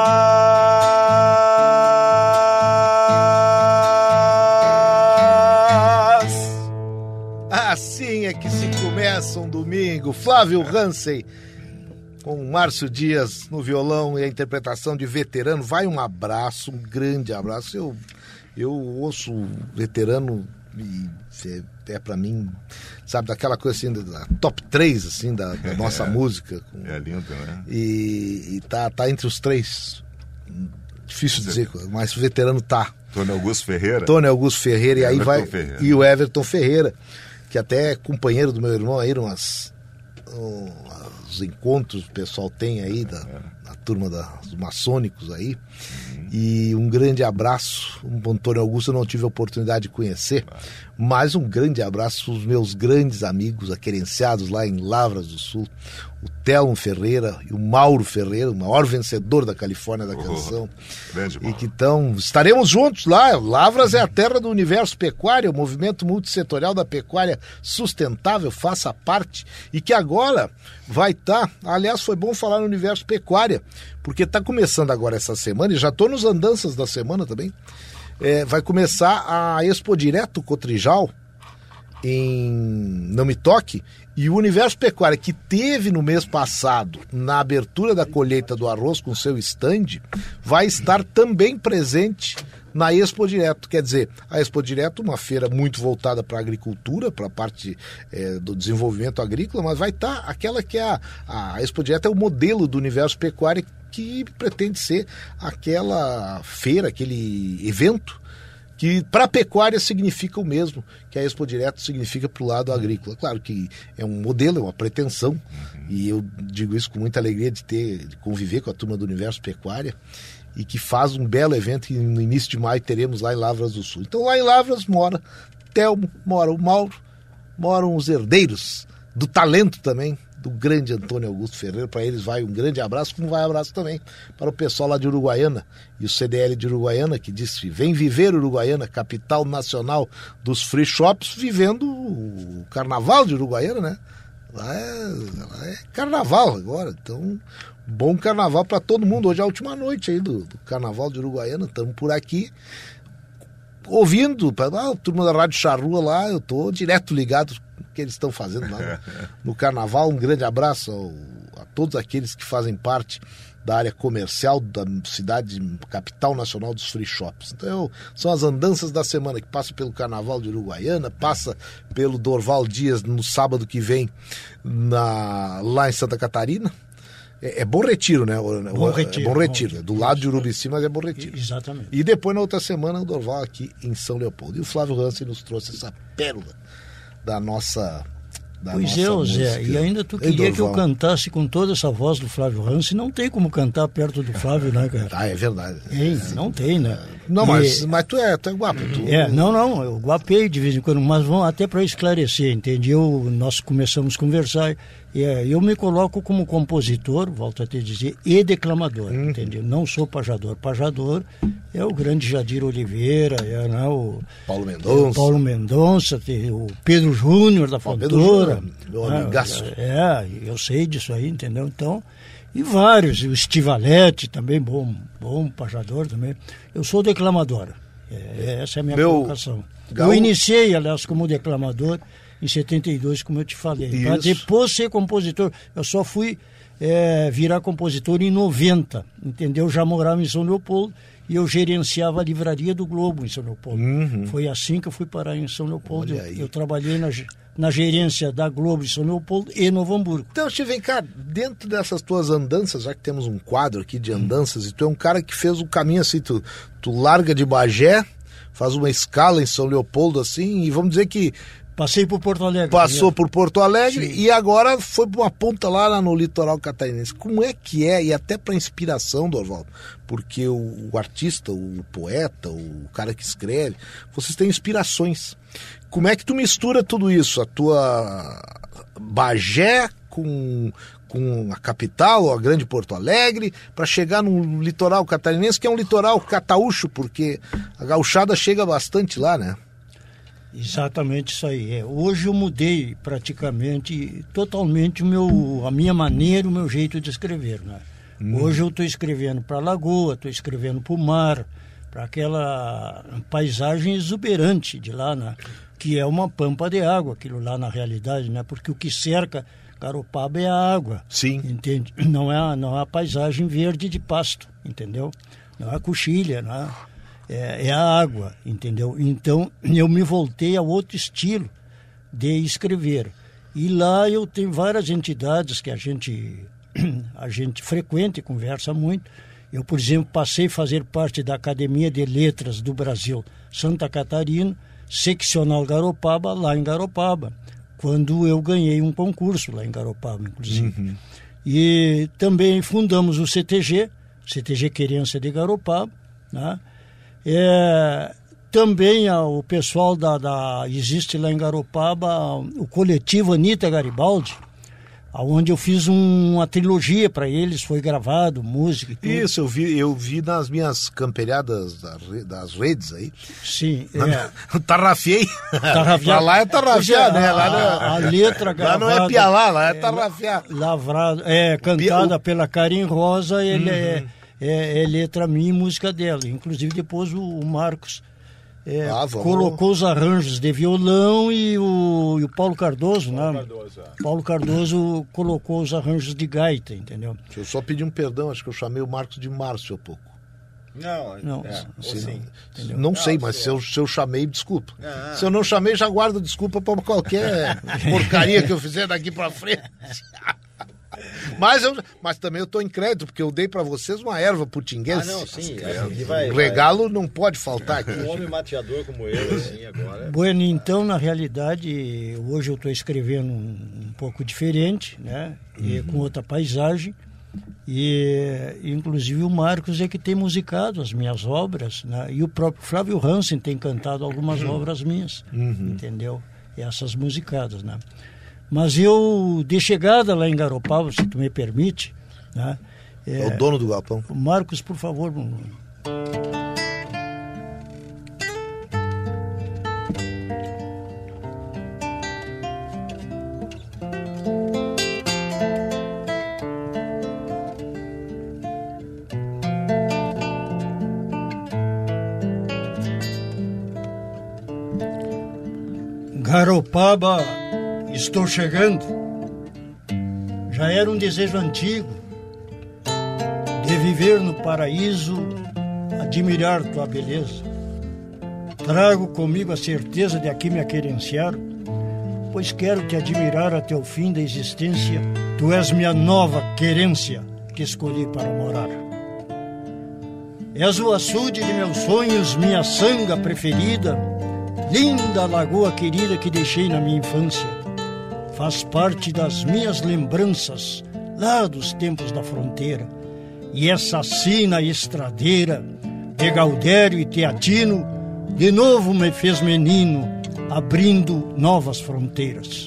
nomás. Assim é que se começa um domingo. Flávio Hansen com o Márcio Dias no violão e a interpretação de Veterano. Vai um abraço, um grande abraço. Eu, eu ouço Veterano e é, é pra mim, sabe, daquela coisa assim, da top três assim, da, da nossa é, música. Com, é lindo, né? E, e tá, tá entre os três. Difícil dizer, mas o Veterano tá. Tony Augusto Ferreira. Tony Augusto Ferreira e, e aí vai Ferreira. E o Everton Ferreira, que até é companheiro do meu irmão aí, umas um, os encontros que o pessoal tem aí da, da turma da, dos maçônicos aí. Uhum. E um grande abraço. O Antônio Augusto eu não tive a oportunidade de conhecer, ah. mas um grande abraço aos meus grandes amigos aquerenciados lá em Lavras do Sul, o Telmo Ferreira e o Mauro Ferreira, o maior vencedor da Califórnia da canção. Oh, grande e que então estaremos juntos lá. Lavras é a terra do universo pecuário, o movimento multissetorial da pecuária sustentável, faça parte, e que agora vai estar, tá, aliás, foi bom falar no universo pecuária, porque está começando agora essa semana, e já estou nos andanças da semana também, é, vai começar a Expo Direto Cotrijal em Não Me Toque, e o Universo Pecuária, que teve no mês passado, na abertura da colheita do arroz com seu stand, vai estar também presente na Expo Direto. Quer dizer, a Expo Direto, uma feira muito voltada para a agricultura, para a parte é, do desenvolvimento agrícola, mas vai estar aquela que é a, a Expo Direto é o modelo do Universo Pecuária, que pretende ser aquela feira, aquele evento que para a pecuária significa o mesmo que a Expo Direto significa para o lado agrícola. Claro que é um modelo, é uma pretensão, uhum. e eu digo isso com muita alegria de ter, de conviver com a turma do Universo Pecuária, e que faz um belo evento que no início de maio teremos lá em Lavras do Sul. Então lá em Lavras mora Telmo, mora o Mauro, moram os herdeiros do talento também do grande Antônio Augusto Ferreira. Para eles vai um grande abraço, como vai abraço também para o pessoal lá de Uruguaiana e o C D L de Uruguaiana, que disse: vem viver Uruguaiana, capital nacional dos free shops, vivendo o carnaval de Uruguaiana, né? Lá é, lá é carnaval agora, então bom carnaval para todo mundo. Hoje é a última noite aí do, do carnaval de Uruguaiana, estamos por aqui ouvindo, ah, a turma da Rádio Charrua lá, eu tô direto ligado no que eles estão fazendo lá no, no carnaval. Um grande abraço ao, a todos aqueles que fazem parte da área comercial da cidade, capital nacional dos free shops. Então eu, são as andanças da semana, que passa pelo carnaval de Uruguaiana, passa pelo Dorval Dias no sábado que vem na, lá em Santa Catarina. É, é Bom Retiro, né? Bom Retiro. É Bom Retiro. É do lado de Urubici, mas é Bom Retiro. Exatamente. E depois, na outra semana, o Dorval aqui em São Leopoldo. E o Flávio Hansen nos trouxe essa pérola da nossa... Da pois nossa é, Zé, e ainda tu queria Ei, que eu cantasse com toda essa voz do Flávio Hansen, não tem como cantar perto do Flávio, né, cara? Ah, é verdade. Ei, não tem, né? Não, e... mas, mas tu é, tu é guapo. Tu... É, não, não, eu guapei de vez em quando, mas vamos até para esclarecer, entende? Eu, nós começamos a conversar, e, é, eu me coloco como compositor, volto a te dizer, e declamador, uhum. entende? Não sou pajador. Pajador é o grande Jadir Oliveira, é né, o Paulo Mendonça, Paulo Mendonça, o Pedro Júnior da Fontoura. Meu amigaço. É, eu sei disso aí, entendeu? Então, e vários, o Stivalete também, bom, bom pajador também. Eu sou declamador, é, essa é a minha Meu colocação. Gaú... Eu iniciei, aliás, como declamador em setenta e dois, como eu te falei. Para depois ser compositor, eu só fui é, virar compositor em noventa, entendeu? Eu já morava em São Leopoldo e eu gerenciava a Livraria do Globo em São Leopoldo. Uhum. Foi assim que eu fui parar em São Leopoldo. Eu, eu trabalhei na, na gerência da Globo em São Leopoldo e Novo Hamburgo. Então, Steve, vem cá, dentro dessas tuas andanças, já que temos um quadro aqui de andanças, hum. e tu é um cara que fez o caminho assim, tu, tu larga de Bagé, faz uma escala em São Leopoldo assim, e vamos dizer que passei por Porto Alegre. Passou por Porto Alegre. Sim. E agora foi para uma ponta lá no litoral catarinense. Como é que é, e até para inspiração, Dorval, porque o, o artista, o poeta, o cara que escreve, vocês têm inspirações. Como é que tu mistura tudo isso? A tua Bagé com, com a capital, a grande Porto Alegre, para chegar no litoral catarinense, que é um litoral cataúcho, porque a gauchada chega bastante lá, né? Exatamente isso aí. É. Hoje eu mudei praticamente, totalmente o meu, a minha maneira, o meu jeito de escrever. Né? Hum. Hoje eu estou escrevendo para a lagoa, estou escrevendo para o mar, para aquela paisagem exuberante de lá, né? Que é uma pampa de água, aquilo lá na realidade, né? Porque o que cerca Garopaba é a água. Sim. Entende? Não é, a, não é a paisagem verde de pasto, entendeu? Não é a coxilha, não é... É, é a água, entendeu? Então, eu me voltei a outro estilo de escrever. E lá eu tenho várias entidades que a gente, a gente frequenta e conversa muito. Eu, por exemplo, passei a fazer parte da Academia de Letras do Brasil, Santa Catarina, seccional Garopaba, lá em Garopaba, quando eu ganhei um concurso lá em Garopaba, inclusive. Uhum. E também fundamos o C T G, C T G Querência de Garopaba, né? É, também a, o pessoal da, da... Existe lá em Garopaba o coletivo Anitta Garibaldi, onde eu fiz um, uma trilogia para eles, foi gravado, música e tudo. Isso, eu vi, eu vi nas minhas camperiadas das, das redes aí. Sim. É. Tarrafiei. Tarrafiar. Lá é tarrafiar, é, né? Lá, a, a letra gravada... Lá não é pialá, lá é tarrafiar. É, lavrado, é cantada Pia... pela Karin Rosa, ele uhum. é... É, é letra minha e música dela. Inclusive depois o, o Marcos é, ah, colocou os arranjos de violão e o, e o Paulo Cardoso, Paulo, né? Cardoso, é. Paulo Cardoso colocou os arranjos de gaita, entendeu? Eu só pedi um perdão, acho que eu chamei o Marcos de Márcio há pouco. Não, não, é, se, sim, não, não sei, mas se eu, se eu chamei, desculpa. Ah, se eu não chamei, já guardo desculpa para qualquer porcaria que eu fizer daqui para frente. Mas, eu, mas também eu estou em crédito, porque eu dei para vocês uma erva putinguense. Ah, não, sim. É, vai, o regalo vai. Não pode faltar aqui. Um homem mateador como eu, assim, agora... Bueno, então, na realidade, hoje eu estou escrevendo um, um pouco diferente, né? Uhum. E com outra paisagem. E, inclusive, o Marcos é que tem musicado as minhas obras, né? E o próprio Flávio Hansen tem cantado algumas uhum. obras minhas, uhum. entendeu? Essas musicadas, né? Mas eu, de chegada lá em Garopaba, se tu me permite... Né, é, é o dono do galpão. Marcos, por favor... Garopaba... Estou chegando. Já era um desejo antigo de viver no paraíso, admirar tua beleza. Trago comigo a certeza de aqui me aquerenciar, pois quero te admirar até o fim da existência. Tu és minha nova querência. que escolhi para morar. És o açude de meus sonhos, minha sanga preferida, linda lagoa querida que deixei na minha infância. Faz parte das minhas lembranças, lá dos tempos da fronteira. E essa sina estradeira de Gaudério e Teatino de novo me fez menino, abrindo novas fronteiras.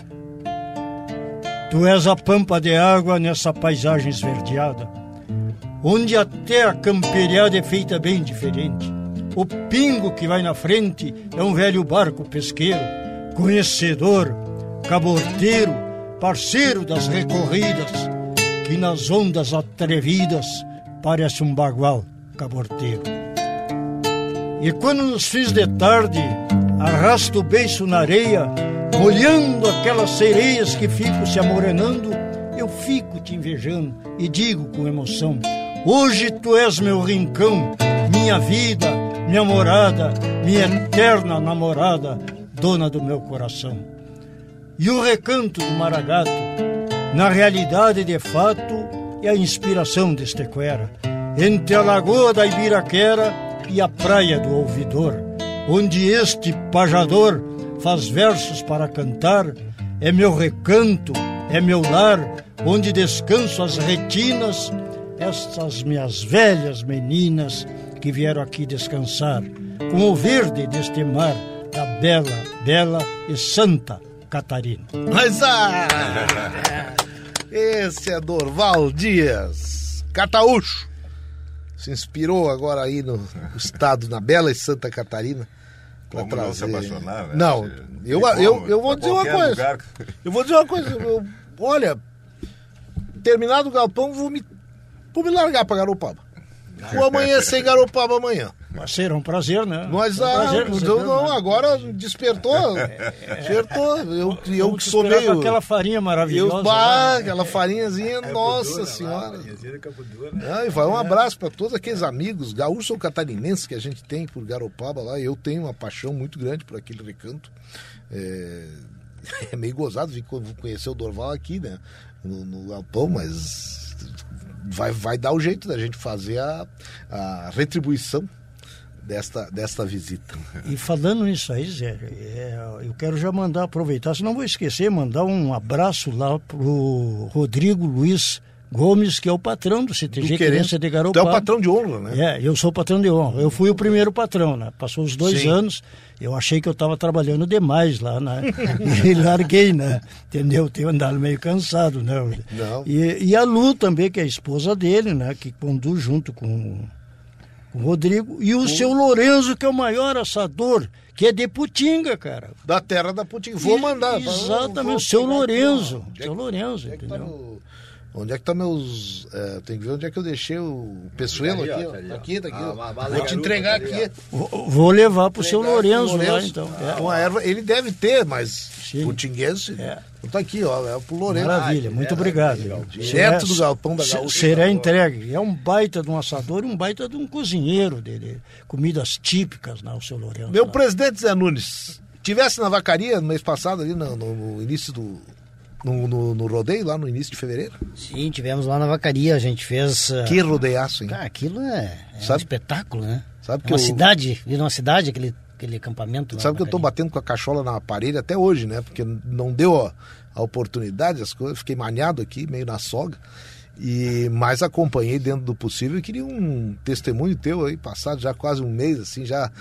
Tu és a pampa de água nessa paisagem esverdeada, onde até a camperiada é feita bem diferente. O pingo que vai na frente é um velho barco pesqueiro, conhecedor, caborteiro, parceiro das recorridas, que nas ondas atrevidas parece um bagual caborteiro. E quando nos fins de tarde arrasto o beiço na areia, molhando aquelas sereias que ficam se amorenando, eu fico te invejando e digo com emoção: hoje tu és meu rincão, minha vida, minha morada, minha eterna namorada, dona do meu coração. E o recanto do maragato, na realidade de fato, é a inspiração deste cuera, entre a lagoa da Ibiraquera e a praia do Ouvidor, onde este pajador faz versos para cantar. É meu recanto, é meu lar, onde descanso as retinas, estas minhas velhas meninas que vieram aqui descansar, com o verde deste mar da bela, bela e Santa Catarina. Mas ah, esse é Dorval Dias, cataúcho. Se inspirou agora aí no estado, na bela e Santa Catarina. Como trazer... não se apaixonar, né? Não, eu, eu, eu, eu vou dizer uma coisa. Lugar. Eu vou dizer uma coisa. Eu, olha, terminado o galpão, vou me, vou me largar pra Garopaba. Vou amanhecer em Garopaba amanhã. Vai ser um prazer, né? Mas é um ah, prazer, então, não, né? Agora despertou. É, despertou. Eu, eu que sou meio. Com aquela farinha maravilhosa. Eu, bah, né? Aquela farinhazinha, é nossa dura, senhora. Lá, ah, e vai um abraço para todos aqueles amigos gaúchos ou catarinenses que a gente tem por Garopaba lá. Eu tenho uma paixão muito grande por aquele recanto. É, é meio gozado vir conhecer o Dorval aqui, né? No, no galpão, mas vai, vai dar o jeito da gente fazer a, a retribuição Desta, desta visita. E falando nisso aí, Zé, é, eu quero já mandar, aproveitar, senão vou esquecer, mandar um abraço lá pro Rodrigo Luiz Gomes, que é o patrão do C T G Querência de Garopaba. Tu é o patrão de honra, né? É, eu sou o patrão de honra. Eu fui o primeiro patrão, né? Passou os dois Sim. anos, eu achei que eu estava trabalhando demais lá, né? E larguei, né? Entendeu? Tenho andado meio cansado, né? Não. E, e a Lu também, que é a esposa dele, né? Que conduz junto com... o Rodrigo, e o, o seu Lourenço, que é o maior assador, que é de Putinga, cara. Da terra da Putinga. Vou e, mandar. Exatamente, o seu Lourenço. O seu Lourenço, onde entendeu? É meu, onde é que tá meus... É, tem que ver onde é que eu deixei o Peçoelo aqui, ó. Tá aqui, tá aqui. Ah, ó. Vou te entregar aqui. Vou, vou levar pro seu Lourenço, Lourenço lá, então. É. Uma erva, ele deve ter, mas Sim. putinguense... É. Tá aqui, ó, é pro Lourenço. Maravilha, muito obrigado. Direto do galpão da Gaúcha. Será entregue. É um baita de um assador e um baita de um cozinheiro dele. Comidas típicas, né, o seu Lourenço. Meu lá. presidente Zé Nunes, tivesse na vacaria no mês passado, ali no, no início do... No, no, no rodeio, lá no início de fevereiro? Sim, tivemos lá na vacaria, a gente fez... Uh... Que rodeiaço, hein? Cara, aquilo é, é um espetáculo, né? Sabe que é uma eu... cidade, vira uma cidade aquele... aquele acampamento. Sabe que eu tô batendo com a cachola na parede até hoje, né? Porque não deu a, a oportunidade, as coisas, fiquei maniado aqui, meio na soga. E, mas acompanhei dentro do possível e queria um testemunho teu aí, passado já quase um mês, assim, já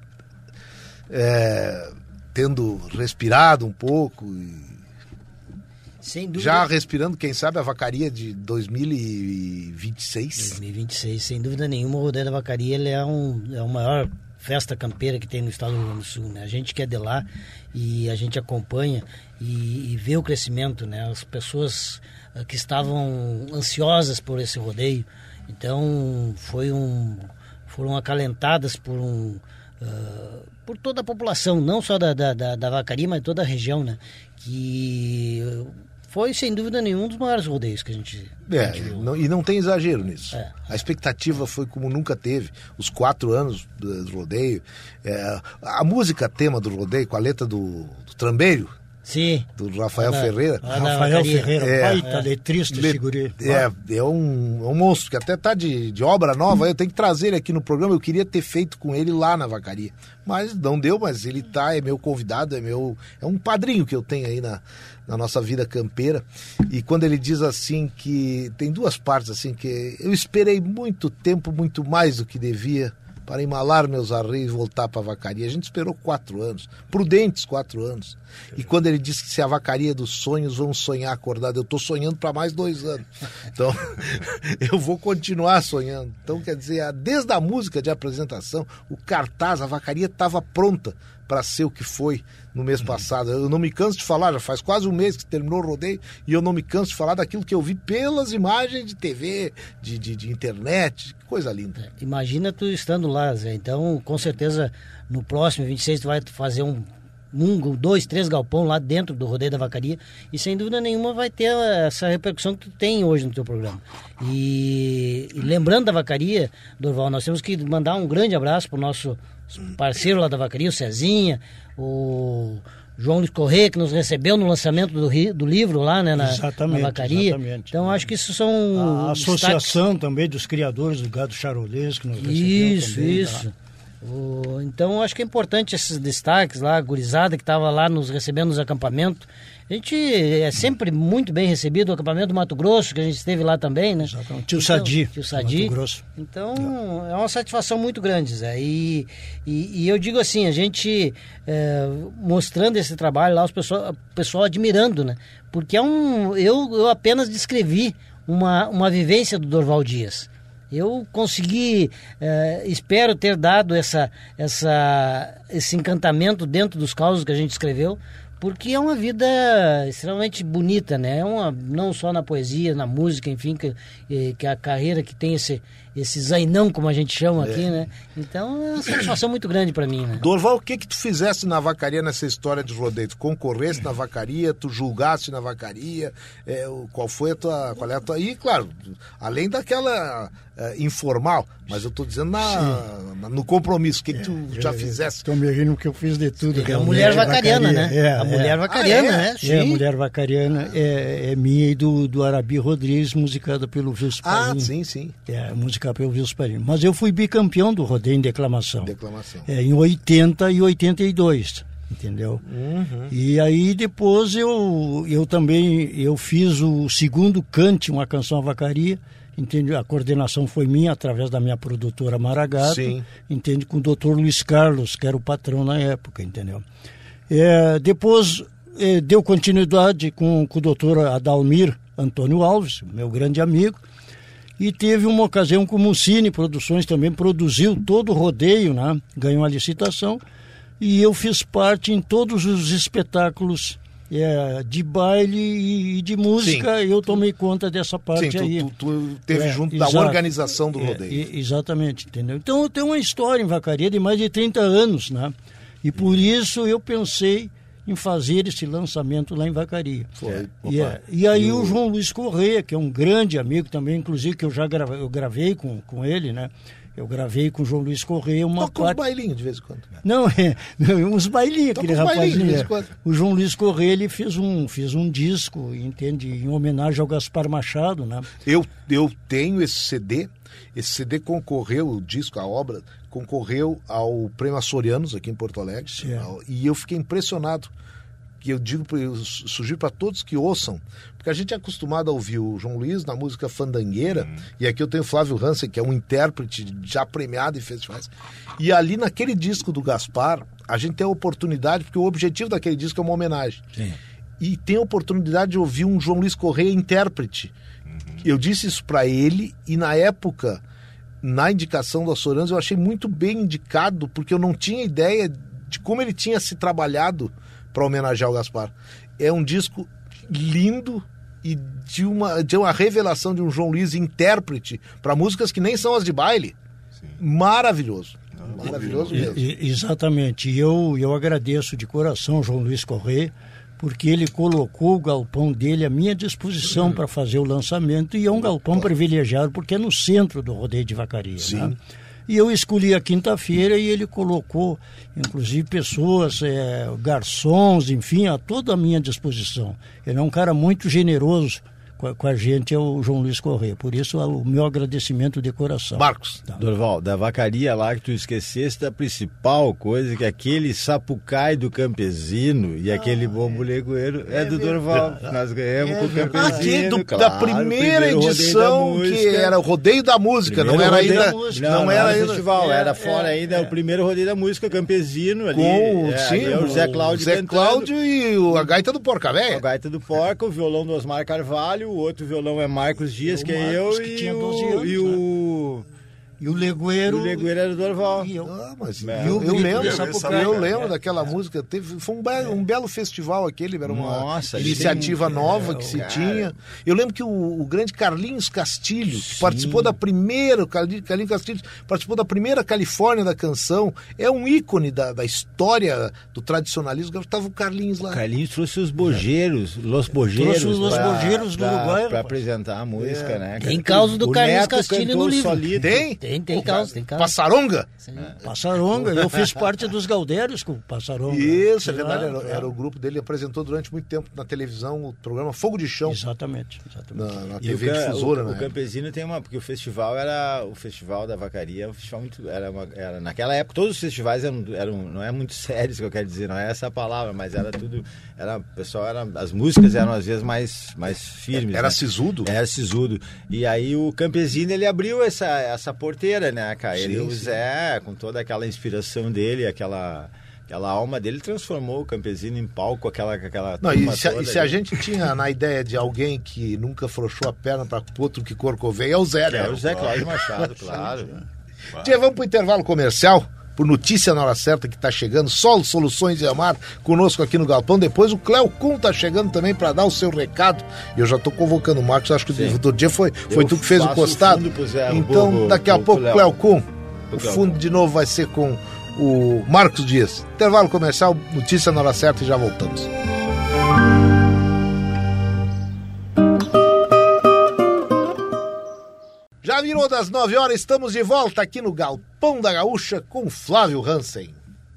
é, tendo respirado um pouco e Sem dúvida. já respirando, quem sabe, a vacaria de dois mil e vinte e seis. dois mil e vinte e seis, sem dúvida nenhuma, o Rodeio da Vacaria ele é, um, é o maior festa campeira que tem no estado do Rio Grande do Sul, né? A gente que é de lá e a gente acompanha e, e vê o crescimento, né? As pessoas uh, que estavam ansiosas por esse rodeio, então foi um, foram acalentadas por um uh, por toda a população, não só da, da, da, da Vacaria, mas toda a região, né? Que uh, foi, sem dúvida nenhuma, um dos maiores rodeios que a gente, é, a gente viu. Não, e não tem exagero nisso. É. A expectativa foi como nunca teve. Os quatro anos do rodeio. É, a música tema do rodeio, com a letra do, do Trambeiro, Sim. Do Rafael Ah, Ferreira. ah, Rafael Vacaria. Ferreira, É. baita letrista, Le- segurei. É, é um, é um monstro que até tá de, de obra nova. Eu tenho que trazer ele aqui no programa. Eu queria ter feito com ele lá na Vacaria. Mas não deu, mas ele tá, é meu convidado, é meu. É um padrinho que eu tenho aí na, na nossa vida campeira. E quando ele diz assim que tem duas partes assim, que eu esperei muito tempo, muito mais do que devia, para emalar meus arreios e voltar para a vacaria. A gente esperou quatro anos, prudentes quatro anos. E quando ele disse que se a vacaria dos sonhos, vamos sonhar acordado, eu estou sonhando para mais dois anos. Então, eu vou continuar sonhando. Então, quer dizer, desde a música de apresentação, o cartaz, a vacaria estava pronta para ser o que foi no mês passado. Eu não me canso de falar, já faz quase um mês que terminou o rodeio, e eu não me canso de falar daquilo que eu vi pelas imagens de T V, de, de, de internet, que coisa linda. Imagina tu estando lá, Zé. Então, com certeza, no próximo vinte e seis tu vai fazer um, um, dois, três galpão lá dentro do Rodeio da Vacaria, e sem dúvida nenhuma vai ter essa repercussão que tu tem hoje no teu programa. E, e lembrando da Vacaria, Dorval, nós temos que mandar um grande abraço pro nosso parceiro lá da Vacaria, o Cezinha, o João Luiz Corrêa, que nos recebeu no lançamento do, ri- do livro lá, né, na, Exatamente, na Vacaria. exatamente. Então, acho que isso são A destaques. associação também dos criadores do gado charolês, que nos recebeu Isso, também, isso. tá? O- então, acho que é importante esses destaques lá, a gurizada que estava lá nos recebendo nos acampamentos. A gente é sempre muito bem recebido, o acampamento do Mato Grosso, que a gente esteve lá também, né? Exatamente. Tio Então, Sadi, Tio Sadi. Mato Grosso. Então, é uma satisfação muito grande, Zé. E, e, e eu digo assim, a gente é, mostrando esse trabalho lá, os pessoal, o pessoal admirando, né? Porque é um, eu, eu apenas descrevi uma, uma vivência do Dorval Dias. Eu consegui, eh, espero ter dado essa, essa, esse encantamento dentro dos causos que a gente escreveu, porque é uma vida extremamente bonita, né? É uma, não só na poesia, na música, enfim, que, eh, que a carreira que tem esse, esse zainão, como a gente chama aqui, né? Então é uma satisfação muito grande para mim, né? Dorval, o que que tu fizesse na vacaria nessa história de rodeio? Tu concorresse na vacaria, tu julgasse na vacaria, é, o- qual foi a tua, qual é a tua... E, claro, além daquela é, informal, mas eu tô dizendo na, na- no compromisso, o que que tu já fizesse? Estou me rindo que eu fiz de tudo. É a realmente, mulher vacariana, vacaria. né? É, a é. mulher vacariana, Ah, é? né? É, a Sim. mulher vacariana é, é minha e do, do Arabi Rodrigues, musicada pelo Wilson Ah, Parini. sim, sim. É, musicada pelo Wilson Parini. Mas eu fui bicampeão do rodeio em declamação. Declamação. É, em oitenta e oitenta e dois, entendeu? Uhum. E aí depois eu, eu também eu fiz o segundo cante, uma canção à vacaria, entende? A coordenação foi minha, através da minha produtora Maragato, Sim. entende? Com o doutor Luiz Carlos, que era o patrão na época, entendeu? É, depois é, deu continuidade com, com o doutor Adalmir Antônio Alves, meu grande amigo, e teve uma ocasião como o Cine Produções também produziu todo o rodeio, né? Ganhou a licitação, e eu fiz parte em todos os espetáculos é, de baile e, e de música. Sim. Eu tomei conta dessa parte Sim, tu, aí. tu, tu teve É, junto exato. da organização do É, rodeio. e- exatamente, entendeu? Então eu tenho uma história em Vacaria de mais de trinta anos, né? E por isso eu pensei em fazer esse lançamento lá em Vacaria. Foi. E, Opa. é, e aí E o o- João Luiz Corrêa, que é um grande amigo também, inclusive que eu já gravei, eu gravei com, com ele, né? Eu gravei com o João Luiz Corrêa uma Toca uns parte... bailinhos de vez em quando. Não, é, não, uns bailinhos, Toca aquele uns bailinhos de rapazinho. vez em é. quando. O João Luiz Corrêa, ele fez um, fez um disco, entende, em homenagem ao Gaspar Machado, né? Eu, eu tenho esse C D, esse C D concorreu, o disco, a obra, concorreu ao Prêmio Açorianos aqui em Porto Alegre. Certo. Ao- E eu fiquei impressionado, que eu digo, pra- eu su- sugiro para todos que ouçam, porque a gente é acostumado a ouvir o João Luiz na música fandangueira, e aqui eu tenho o Flávio Hansen, que é um intérprete já premiado em festivais, e ali naquele disco do Gaspar, a gente tem a oportunidade, porque o objetivo daquele disco é uma homenagem. E tem a oportunidade de ouvir um João Luiz Corrêa intérprete. Eu disse isso para ele, e na época, na indicação do Açorianos, eu achei muito bem indicado, porque eu não tinha ideia de como ele tinha se trabalhado para homenagear o Gaspar. É um disco lindo e de uma, de uma revelação de um João Luiz intérprete para músicas que nem são as de baile. Maravilhoso. Maravilhoso mesmo. E- e- exatamente. E eu, eu agradeço de coração ao João Luiz Corrêa, porque ele colocou o galpão dele à minha disposição para fazer o lançamento, e é um galpão privilegiado, porque é no centro do rodeio de Vacaria. Sim. Né? E eu escolhi a quinta-feira e ele colocou, inclusive, pessoas, é, garçons, enfim, a toda a minha disposição. Ele é um cara muito generoso com a gente, é o João Luiz Corrêa. Por isso, o meu agradecimento de coração. Marcos. Tá. Dorval, da vacaria lá que tu esqueceste da principal coisa, que aquele sapucai do Campesino e aquele bombo legoeiro é, é do Dorval. Nós ganhamos é com o Campesino. Aqui, do, claro, da primeira edição, que era o Rodeio da Música, primeiro não era ainda. Música, não, não, não era ainda. ainda. Festival, é, era fora é, ainda, é. o primeiro Rodeio da Música, Campesino ali. Com é, sim, ali é o Zé Cláudio Zé cantando. Cláudio e o, a gaita do Porca Véia. A gaita do Porca, o violão do Osmar Carvalho, o outro violão é Marcos Dias, que é Marcos, eu, que e, tinha o, doze anos, e o... E o Legueiro... O Legueiro era do Dorval. E eu. Ah, mas É, eu, eu eu lembro, eu eu, lembro, lembro é, daquela é. música. Teve, foi um, be um belo festival aquele, era uma Nossa, iniciativa sim, nova é, que se cara. tinha. Eu lembro que o, o grande Carlinhos Castilho, que Sim. participou da primeira, o Carlinhos Carlinhos Castilho participou da primeira Califórnia da canção, é um ícone da, da história do tradicionalismo. Estava o Carlinhos lá. O Carlinhos trouxe os bojeiros, Los Bojeiros. Trouxe os Los pra- Bojeiros do pra- Uruguai, Pra rapaz. apresentar a música, É. né? Tem causa do O Carlinhos Neto Castilho cantou no livro. solito. Tem? Tem, tem causa, tem causa. Passaronga? Passaronga, eu fiz parte dos Gaudérios com o Passaronga. Isso, é Claro, verdade. Era, claro. era o grupo dele, apresentou durante muito tempo na televisão o programa Fogo de Chão, Exatamente, exatamente. na, na E o, T V Ca- Difusora, o, né? o Campesino tem uma... Porque o festival era... O festival da vacaria, um festival muito... Era, uma, era naquela época, todos os festivais eram, eram... Não é muito sérios que eu quero dizer, não é essa a palavra, mas era tudo... Era, o pessoal era... As músicas eram, às vezes, mais, mais firmes. Era né? sisudo? Era sisudo. E aí o Campesino, ele abriu essa, essa porteira, né, cara? Ele, Sim, o sim. Zé, com toda aquela inspiração dele, aquela... Aquela alma dele transformou o Campesino em palco, aquela, aquela Não, turma e se, a, toda e se a ali. gente tinha na ideia de alguém que nunca frouxou a perna para outro que corcoveia, é o Zé, Que né? é o Zé Cláudio Machado, claro. Tia, vamos pro intervalo comercial, por notícia na hora certa que tá chegando, Sol Soluções e Amar, conosco aqui no Galpão. Depois o Cléo Kuhn tá chegando também para dar o seu recado. E eu já tô convocando o Marcos, acho que Sim. o do dia foi, foi Eu tu que fez o faço o costado. fundo pro Zé, Então, pro- daqui a pro- pouco, pro Cléo Léo. Kuhn, Pro o Cléo. fundo de novo vai ser com o Marcos Dias. Intervalo comercial, notícia na hora certa e já voltamos. Já virou das nove horas, estamos de volta aqui no Galpão da Gaúcha com Flávio Hansen.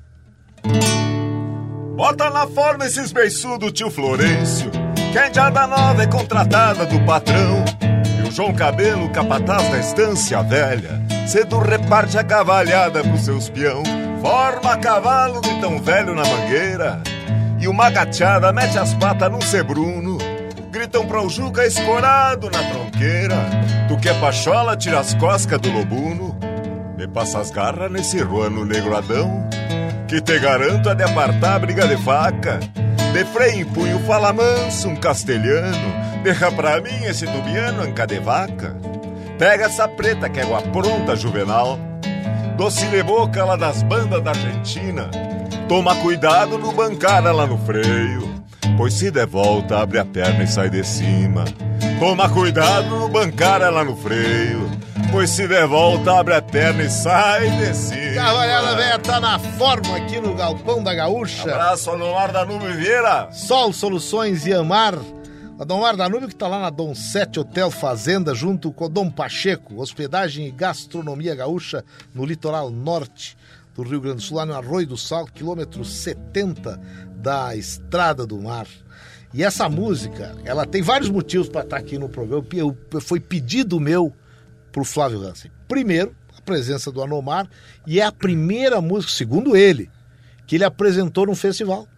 Bota na forma esses beiçudos, tio Florencio, que a indiada nova é contratada do patrão. E o João Cabelo, capataz da estância velha, cedo reparte a cavalhada pros seus peão. Forma a cavalo de tão velho na mangueira, e uma gateada mete as patas num sebruno. Gritam pro Juca escorado na tronqueira, tu que é pachola, tira as coscas do lobuno. Me passa as garras nesse ruano negro-adão, que te garanto a de apartar a briga de faca. De freio em punho fala manso um castelhano, deixa pra mim esse tubiano anca de vaca. Pega essa preta que é água pronta juvenal, doce de boca lá das bandas da Argentina. Toma cuidado no bancara lá no freio, pois se der volta abre a perna e sai de cima. Toma cuidado no bancara lá no freio, pois se der volta abre a perna e sai de cima. Cavalhada Velha tá na forma aqui no Galpão da Gaúcha. Abraço ao Nomar da Nube Vieira. Sol Soluções e Amar. A Domar Danúbio que está lá na Dom Sete Hotel Fazenda, junto com o Dom Pacheco, hospedagem e gastronomia gaúcha no litoral norte do Rio Grande do Sul, lá no Arroio do Sal, quilômetro setenta da Estrada do Mar. E essa música, ela tem vários motivos para estar aqui no programa. Eu, eu, foi pedido meu pro Flávio Hansen. Primeiro, a presença do Anomar, e é a primeira música, segundo ele, que ele apresentou num festival.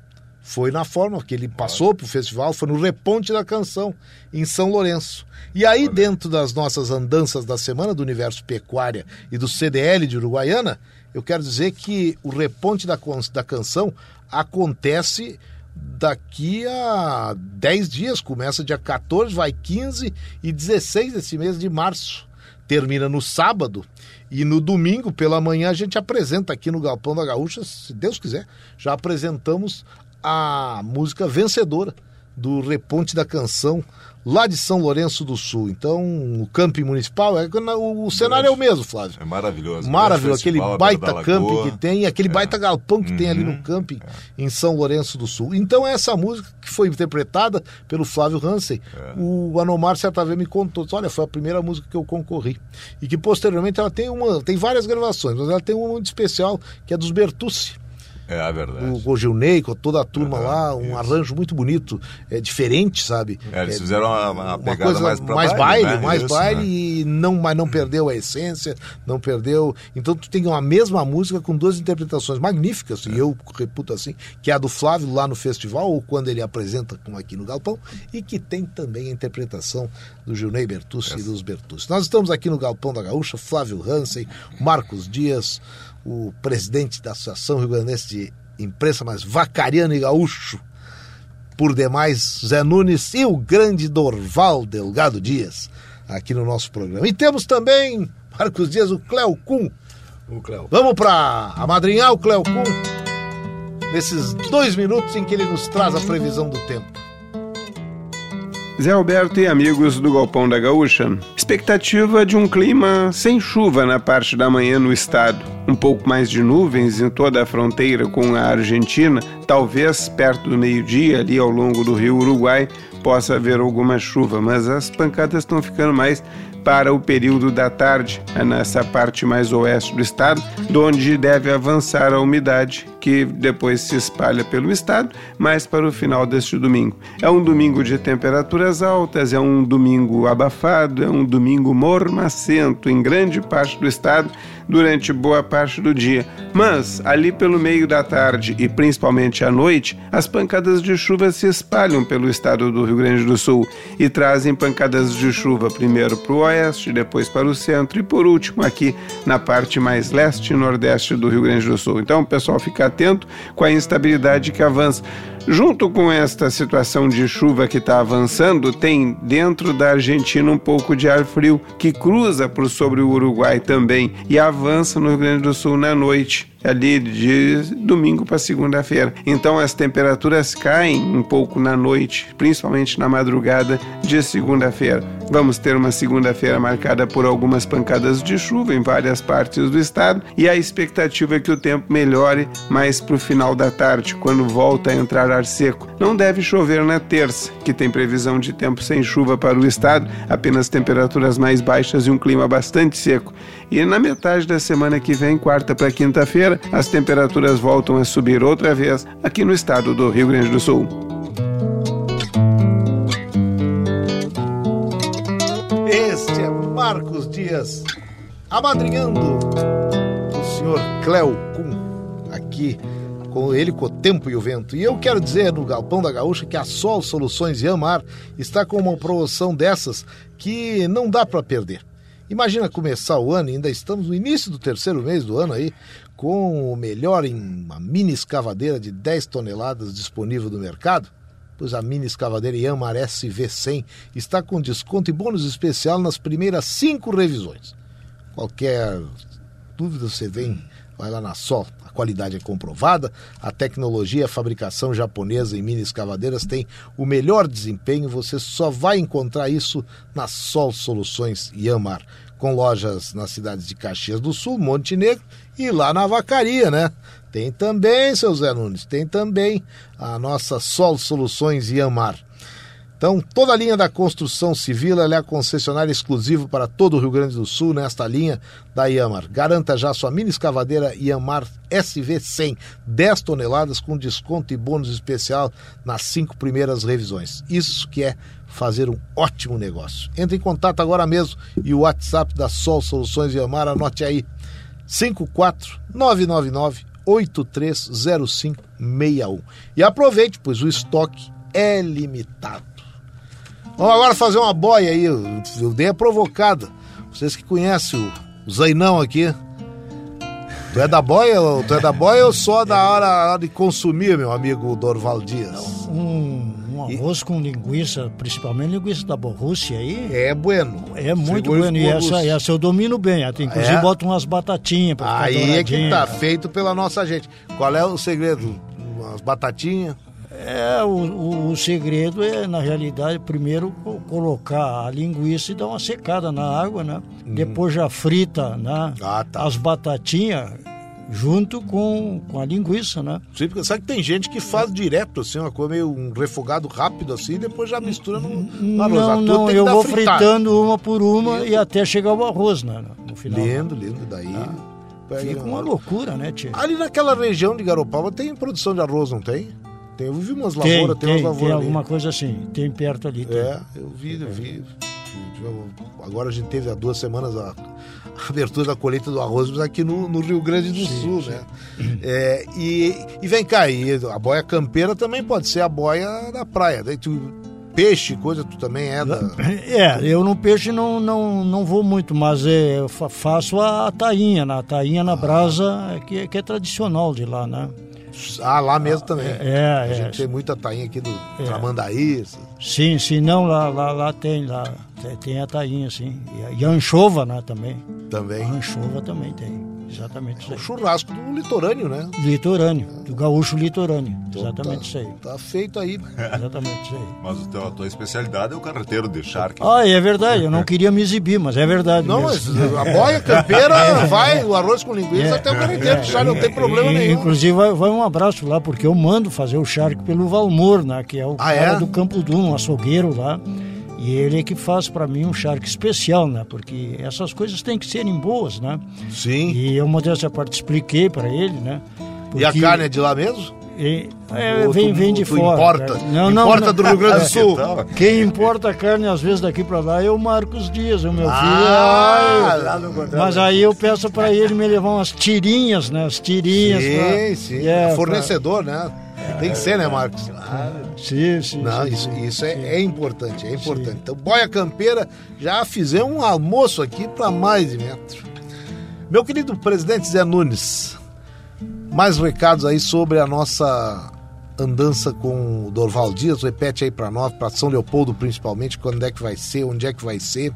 Foi na forma que ele passou pro festival, foi no Reponte da Canção, em São Lourenço. E aí, dentro das nossas andanças da Semana do Universo Pecuária e do C D L de Uruguaiana, eu quero dizer que o Reponte da, da Canção acontece daqui a dez dias, começa dia quatorze, vai quinze e dezesseis desse mês de março. Termina no sábado e no domingo pela manhã a gente apresenta aqui no Galpão da Gaúcha, se Deus quiser, já apresentamos a música vencedora do Reponte da Canção lá de São Lourenço do Sul. Então, o camping municipal, é, o, o cenário é o mesmo, Flávio. É maravilhoso. Maravilhoso, aquele baita camping que tem, aquele é. baita galpão que uhum. tem ali no camping é. em São Lourenço do Sul. Então, essa música que foi interpretada pelo Flávio Hansen, é. o Anomar certa vez me contou, disse, olha, foi a primeira música que eu concorri. E que posteriormente ela tem uma, tem várias gravações, mas ela tem uma muito especial, que é dos Bertucci. É a verdade. O Gilney, com toda a turma uhum, lá, um isso. arranjo muito bonito, é diferente, sabe? É, eles é, fizeram uma, uma pegada coisa mais pra mais baile, baile, né? mais isso, baile né? e não, mas não perdeu a essência, não perdeu. Então tu tem uma mesma música com duas interpretações magníficas, é. e eu reputo assim, que é a do Flávio lá no festival, ou quando ele apresenta como aqui no Galpão, e que tem também a interpretação do Gilney Bertucci é. e dos Bertucci. Nós estamos aqui no Galpão da Gaúcha, Flávio Hansen, Marcos Dias, o presidente da Associação Rio Grandense de Imprensa, mas vacariano e gaúcho por demais, Zé Nunes, e o grande Dorval Delgado Dias aqui no nosso programa. E temos também, Marcos Dias, o Cleo Kuhn. O Cleo. Vamos para amadrinhar o Cleo Kuhn nesses dois minutos em que ele nos traz a previsão do tempo. Zé Alberto e amigos do Galpão da Gaúcha. Expectativa de um clima sem chuva na parte da manhã no estado. Um pouco mais de nuvens em toda a fronteira com a Argentina. Talvez perto do meio-dia, ali ao longo do rio Uruguai, possa haver alguma chuva, mas as pancadas estão ficando mais para o período da tarde, nessa parte mais oeste do estado, de onde deve avançar a umidade, que depois se espalha pelo estado, mais para o final deste domingo. É um domingo de temperaturas altas, é um domingo abafado, é um domingo mormacento em grande parte do estado, durante boa parte do dia. Mas, ali pelo meio da tarde e principalmente à noite, as pancadas de chuva se espalham pelo estado do Rio Grande do Sul e trazem pancadas de chuva primeiro para o oeste, depois para o centro e por último aqui na parte mais leste e nordeste do Rio Grande do Sul. Então o pessoal fica atento com a instabilidade que avança. Junto com esta situação de chuva que está avançando, tem dentro da Argentina um pouco de ar frio que cruza por sobre o Uruguai também e avança no Rio Grande do Sul na noite, ali de domingo para segunda-feira. Então as temperaturas caem um pouco na noite, principalmente na madrugada de segunda-feira. Vamos ter uma segunda-feira marcada por algumas pancadas de chuva em várias partes do estado e a expectativa é que o tempo melhore mais para o final da tarde, quando volta a entrar ar seco. Não deve chover na terça, que tem previsão de tempo sem chuva para o estado, apenas temperaturas mais baixas e um clima bastante seco. E na metade da semana que vem, quarta para quinta-feira, as temperaturas voltam a subir outra vez aqui no estado do Rio Grande do Sul. Este é Marcos Dias, amadrinhando o senhor Cleo Kuhn, aqui com ele, com o tempo e o vento. E eu quero dizer no Galpão da Gaúcha que a Sol Soluções Iamar está com uma promoção dessas que não dá para perder. Imagina começar o ano, ainda estamos no início do terceiro mês do ano aí, com o melhor em uma mini escavadeira de dez toneladas disponível no mercado. Pois a mini escavadeira Iamar S V cem está com desconto e bônus especial nas primeiras cinco revisões. Qualquer dúvida você vem, vai lá na Sol. A qualidade é comprovada, a tecnologia e a fabricação japonesa em mini escavadeiras tem o melhor desempenho, você só vai encontrar isso na Sol Soluções Iamar, com lojas nas cidades de Caxias do Sul, Monte Negro e lá na Vacaria, né? Tem também, seu Zé Nunes, tem também a nossa Sol Soluções Iamar. Então, toda a linha da construção civil ela é a concessionária exclusiva para todo o Rio Grande do Sul nesta linha da Iamar. Garanta já sua mini escavadeira Iamar S V cem, dez toneladas com desconto e bônus especial nas cinco primeiras revisões. Isso que é fazer um ótimo negócio. Entre em contato agora mesmo e o WhatsApp da Sol Soluções Iamar, anote aí, cinco quatro nove nove nove oito três zero cinco seis um. E aproveite, pois o estoque é limitado. Vamos agora fazer uma boia aí, eu, eu dei a provocada. Vocês que conhecem o, o Zainão aqui. Tu é da boia, tu é da boia ou só da hora, hora de consumir, meu amigo Dorval Dias? Um, um arroz e... com linguiça, principalmente linguiça da Borrússia aí. É bueno. É muito bueno. E essa, essa eu domino bem. Inclusive é? Boto umas batatinhas pra ficar aí douradinha. É que tá feito pela nossa gente. Qual é o segredo? Umas batatinhas? É, o, o, o segredo é, na realidade, primeiro co- colocar a linguiça e dar uma secada na água, né? Hum. Depois já frita, né? Ah, tá. As batatinhas junto com, com a linguiça, né? Sim, porque sabe que tem gente que faz direto, assim, uma coisa meio um refogado rápido, assim, e depois já mistura no, no arroz. A Não, tua não, tem que eu dar vou fritada. fritando uma por uma e até chegar o arroz, né? No final. Lindo, lindo, daí... pega Fica uma uma- loucura, né, tia? Ali naquela região de Garopaba tem produção de arroz, não tem? Tem, eu vi umas Tem, lavouras, tem, tem, umas tem lavouras ali. alguma coisa assim, tem perto ali. Tem. É, eu vi, eu vi. Agora a gente teve há duas semanas a a abertura da colheita do arroz, mas aqui no, no Rio Grande do Sim, Sul, sim. né? É, e, e vem cá, e a boia campeira também pode ser a boia da praia. Daí tu, peixe, coisa, tu também é da... É, eu no peixe não, não, não vou muito, mas é, eu fa- faço a tainha, né? A tainha na brasa, que, é- que é tradicional de lá, né? Ah, lá mesmo também. É, A é. gente tem muita tainha aqui do Tramandaí. Sim, sim, não, lá, lá, lá tem, lá tem, tem a tainha, sim. E a, e a anchova, né, também. Também. A anchova também tem, exatamente isso O aí. churrasco do litorâneo, né? Litorâneo, do gaúcho litorâneo, Então exatamente tá, isso aí. Tá feito aí. Exatamente isso aí. Mas o teu- a tua especialidade é o carreteiro de charque. Ah, é verdade, eu não queria me exibir, mas é verdade Não, mas mesmo. a boia campeira vai, o arroz com linguiça até o carreteiro, já não tem problema E, nenhum. Inclusive, vai, vai um abraço lá, porque eu mando fazer o charque pelo Valmor, né? Que é o Ah, cara é? do Campo Duro, um açougueiro lá. E ele é que faz para mim um charque especial, né? Porque essas coisas têm que serem boas, né? Sim. E eu, modéstia à parte, expliquei para ele, né? E a Porque- carne é de lá mesmo? e- é, Ou vem, tu- vem de tu fora. importa? né? Não, não, Importa não. do Rio Grande do Sul. Quem importa a carne, às vezes, daqui para lá é o Marcos Dias, o meu filho. Ah, Ai, lá no mas aí eu peço para ele me levar umas tirinhas, né? As tirinhas. Sim, pra- sim. É, pra- Fornecedor, né? Tem que ser, né, Marcos? Sim, sim. Não, sim, isso, sim, isso é, sim. é importante, é importante. Então, boia campeira, já fizemos um almoço aqui para mais de metro. Meu querido presidente Zé Nunes, mais recados aí sobre a nossa andança com o Dorval Dias. Repete aí para nós, para São Leopoldo principalmente, quando é que vai ser, onde é que vai ser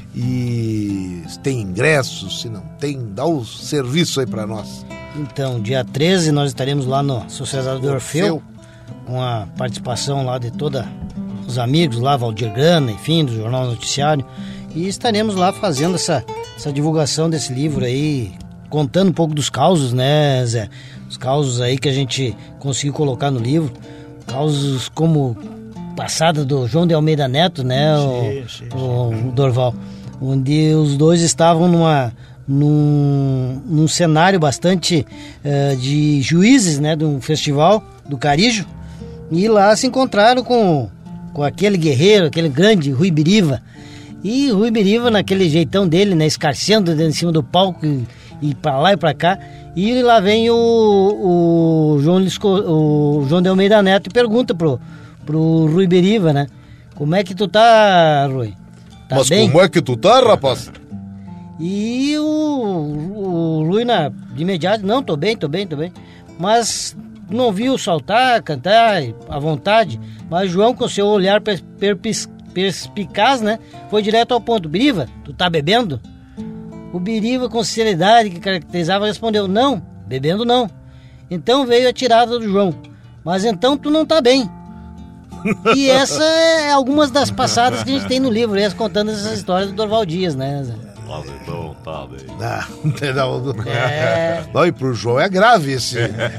e se tem ingressos, se não tem, dá o serviço aí para nós. Então, dia treze nós estaremos lá no Sociedade do Orfeu, Orfeu. com a participação lá de todos os amigos lá, Valdir Grana, enfim, do Jornal Noticiário, e estaremos lá fazendo essa, essa divulgação desse livro aí, contando um pouco dos causos, né, Zé? Os causos aí que a gente conseguiu colocar no livro, causos como passada do João de Almeida Neto, né, Sim, o, sim, o, o Dorval, onde os dois estavam numa num, num cenário bastante eh, de juízes, né, de um festival do Carijo, e lá se encontraram com, com aquele guerreiro, aquele grande Rui Biriva, e Rui Biriva naquele jeitão dele, né, escarceando em cima do palco e, e pra lá e pra cá, e lá vem o, o, João, Lisco, o João de Almeida Neto e pergunta pro, pro Rui Biriva, né, como é que tu tá, Rui? Tá Mas bem? como é que tu tá, rapaz? E o, o Rui, na, de imediato, não, tô bem, tô bem, tô bem. Mas não viu saltar, cantar à vontade. Mas João, com seu olhar per, perpis, perspicaz, né, foi direto ao ponto. Biriva, tu tá bebendo? O Biriva, com sinceridade que caracterizava, respondeu, não, bebendo não. Então veio a tirada do João. Mas então tu não tá bem. E essa é algumas das passadas que a gente tem no livro, essa, contando essas histórias do Dorval Dias, né, Zé? Mas então, tá bem. Ah, não, É. não, e pro João é grave esse.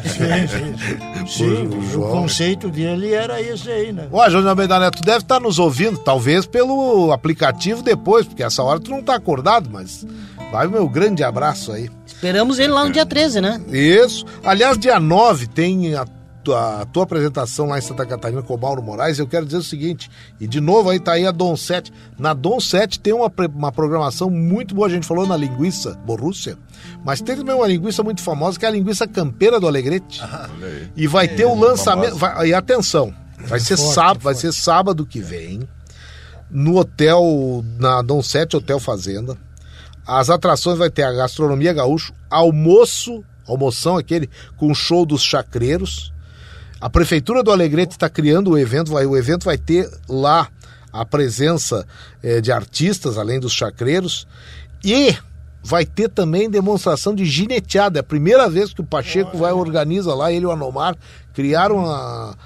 Sim, O o João. conceito dele era esse aí, né? Ó, João de Almeida Neto, tu deve estar nos ouvindo, talvez pelo aplicativo depois, porque essa hora tu não tá acordado, mas vai o meu grande abraço aí. Esperamos ele lá no dia treze, né? Isso. Aliás, dia nove tem a tua, a tua apresentação lá em Santa Catarina com o Mauro Moraes. Eu quero dizer o seguinte, e de novo aí tá aí a Dom sete. Na Dom sete tem uma, pre- uma programação muito boa, a gente falou na linguiça Borussia, mas tem também uma linguiça muito famosa, que é a linguiça campeira do Alegrete. Olha aí. E vai ter o lançamento. Vai, e atenção, vai ser, forte, sábado, é vai ser sábado que vem, no hotel, na Dom sete Hotel Fazenda. As atrações vai ter a gastronomia gaúcho, almoço, almoção aquele, com o show dos chacreiros. A Prefeitura do Alegrete está criando o evento, vai, o evento vai ter lá a presença eh, de artistas, além dos chacreiros, e vai ter também demonstração de gineteada. É a primeira vez que o Pacheco vai organiza lá, ele e o Anomar criaram uma,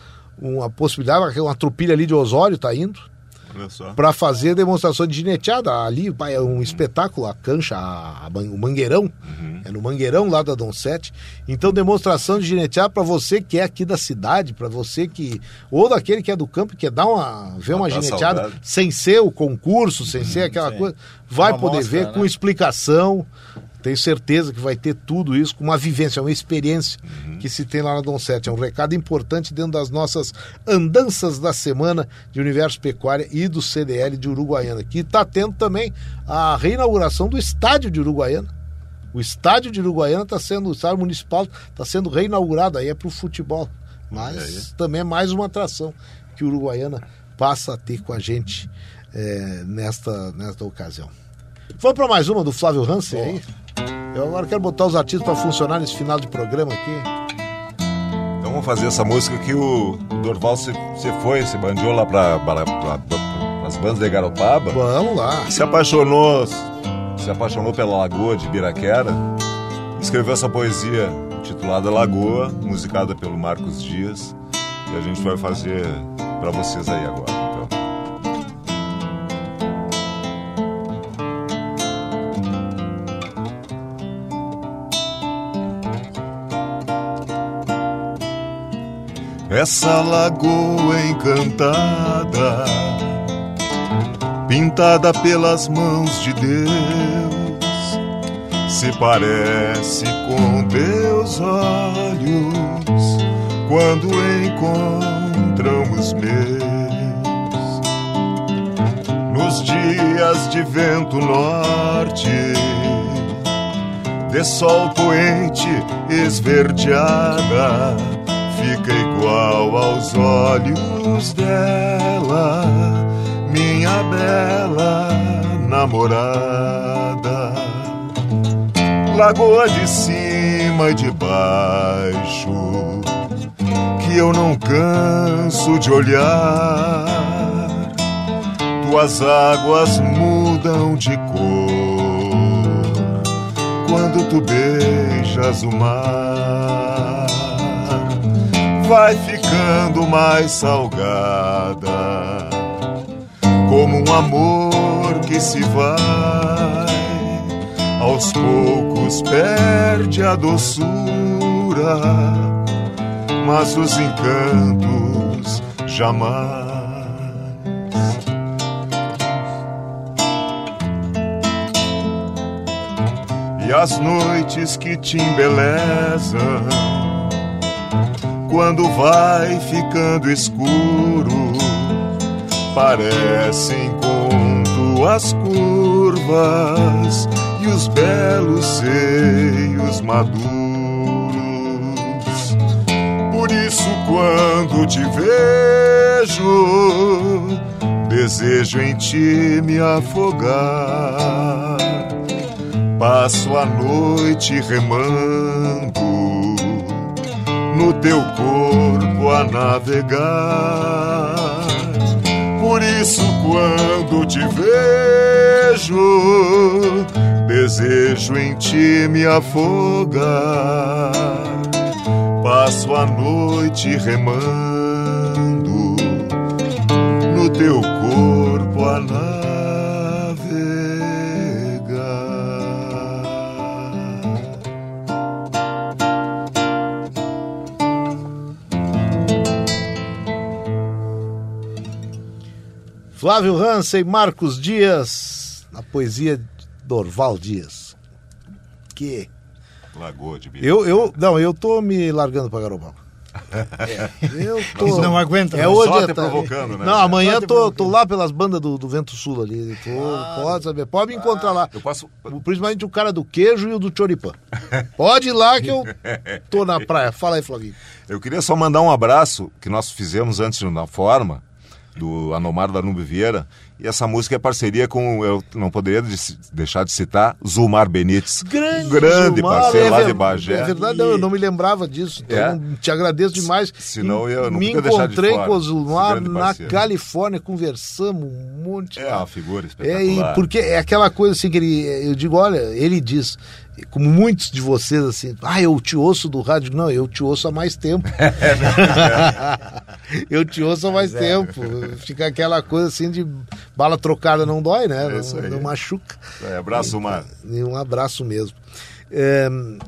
uma possibilidade, uma tropilha ali de Osório está indo, para fazer demonstração de gineteada. Ali é um espetáculo, a cancha, a, a, o Mangueirão, uhum. é no Mangueirão lá da Dom Sete. Então, demonstração de gineteada para você que é aqui da cidade, para você que, ou daquele que é do campo, que quer dar uma, ver uma gineteada saudade. Sem ser o concurso, sem uhum, ser aquela sim. coisa, vai poder mostra, ver, né? Com explicação. Tenho certeza que vai ter tudo isso com uma vivência, uma experiência uhum. que se tem lá na Dom Sete. É um recado importante dentro das nossas andanças da semana de Universo Pecuária e do C D L de Uruguaiana, que está tendo também a reinauguração do estádio de Uruguaiana. O estádio de Uruguaiana está sendo, o estádio municipal está sendo reinaugurado, aí é para o futebol. Mas é, é. também é mais uma atração que Uruguaiana passa a ter com a gente é, nesta, nesta ocasião. Vamos para mais uma do Flávio Hansen aí? Eu agora quero botar os artistas para funcionar nesse final de programa aqui. Então vamos fazer essa música que o Dorval se, se foi, se bandiou lá para as bandas de Garopaba. Vamos lá. Se apaixonou, se apaixonou pela Lagoa de Ibiraquera. Escreveu essa poesia titulada Lagoa, musicada pelo Marcos Dias. E a gente vai fazer para vocês aí agora. Então. Essa lagoa encantada, pintada pelas mãos de Deus, se parece com teus olhos quando encontram os meus. Nos dias de vento norte, de sol poente esverdeada, fica igual aos olhos dela, minha bela namorada. Lagoa de cima e de baixo, que eu não canso de olhar. Tuas águas mudam de cor quando tu beijas o mar. Vai ficando mais salgada, como um amor que se vai, aos poucos perde a doçura, mas os encantos jamais. E as noites que te embelezam, quando vai ficando escuro, parecem com tuas curvas e os belos seios maduros. Por isso quando te vejo, desejo em ti me afogar. Passo a noite remando, no teu corpo a navegar. Por isso quando te vejo, desejo em ti me afogar. Passo a noite remando, no teu corpo a navegar. Flávio Hansen, Marcos Dias, na poesia de Dorval Dias. Que... Lagoa de Bico. Eu, eu, não, eu tô me largando pra Garopaba. É, eu tô... Não aguenta. É hoje só é te tá... provocando, né? Não, amanhã tô, tô lá pelas bandas do, do Vento Sul ali. Tô, ah, pode saber, pode me encontrar ah, lá. Eu posso... Principalmente o cara do queijo e o do choripã. Pode ir lá que eu tô na praia. Fala aí, Flavinho. Eu queria só mandar um abraço que nós fizemos antes na forma do Anomar da Nube Vieira, e essa música é parceria com, eu não poderia de, deixar de citar, Zulmar Benites, grande, grande Zulmar, parceiro é lá ver, de Bagé. É verdade, e... eu não me lembrava disso, então é? Te agradeço demais. Senão eu não me podia deixar de encontrei fora, com o Zulmar na Califórnia, conversamos um monte. É lá. uma figura espetacular. É, e porque é aquela coisa assim que ele, eu digo, olha, ele diz, como muitos de vocês, assim, ah, eu te ouço do rádio. Não, eu te ouço há mais tempo. Eu te ouço há mais é. tempo. Fica aquela coisa assim de bala trocada não dói, né? É não, não machuca. É, abraço, mano. Um abraço mesmo. É,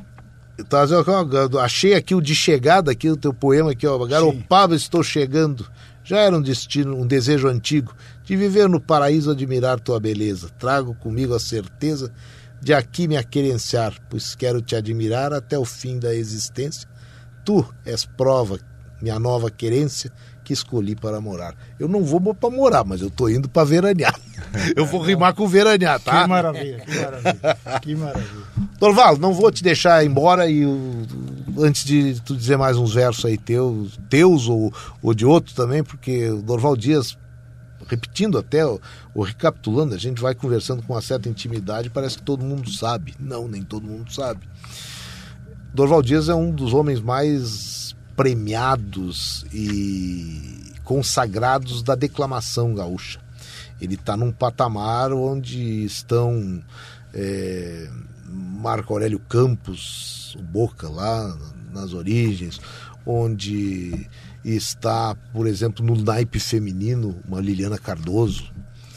eu achei aqui o de chegada, aqui o teu poema aqui, ó. Garopaba, estou chegando. Já era um destino, um desejo antigo de viver no paraíso, admirar tua beleza. Trago comigo a certeza de aqui me aquerenciar, pois quero te admirar até o fim da existência. Tu és prova, minha nova querência, que escolhi para morar. Eu não vou para morar, mas eu tô indo para veranear. Eu vou rimar com veranear, tá? Que maravilha, que maravilha, que maravilha. Dorval, não vou te deixar embora e antes de tu dizer mais uns versos aí teus, teus ou, ou de outros também, porque o Dorval Dias, repetindo até, ou, ou recapitulando, a gente vai conversando com uma certa intimidade, parece que todo mundo sabe. Não, nem todo mundo sabe. Dorval Dias é um dos homens mais premiados e consagrados da declamação gaúcha. Ele está num patamar onde estão é, Marco Aurélio Campos, o Boca, lá nas origens, onde está, por exemplo, no naipe feminino, uma Liliana Cardoso.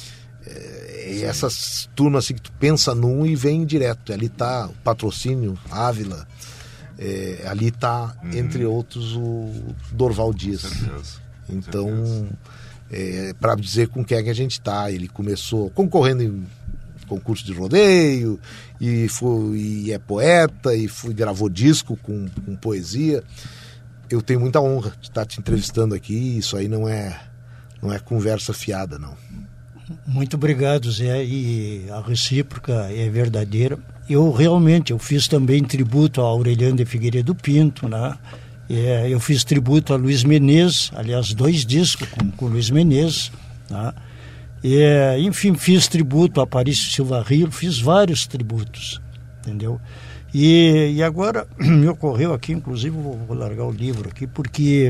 É, essas turmas assim que tu pensa num e vem direto. Ali está o Patrocínio, Ávila, é, ali está, uhum. entre outros, o Dorval Dias. Então, é, para dizer com quem é que a gente está, ele começou concorrendo em concurso de rodeio, e, foi, e é poeta, e foi, gravou disco com, com poesia. Eu tenho muita honra de estar te entrevistando aqui. Isso aí não é, não é conversa fiada, não. Muito obrigado, Zé. E a recíproca é verdadeira. Eu realmente, eu fiz também tributo a Aureliano de Figueiredo Pinto, né? É, eu fiz tributo a Luiz Menezes, aliás, dois discos com, com Luiz Menezes, né? É, enfim, fiz tributo a Aparício Silva Rio, fiz vários tributos, entendeu? E, e agora me ocorreu aqui, inclusive vou, vou largar o livro aqui, porque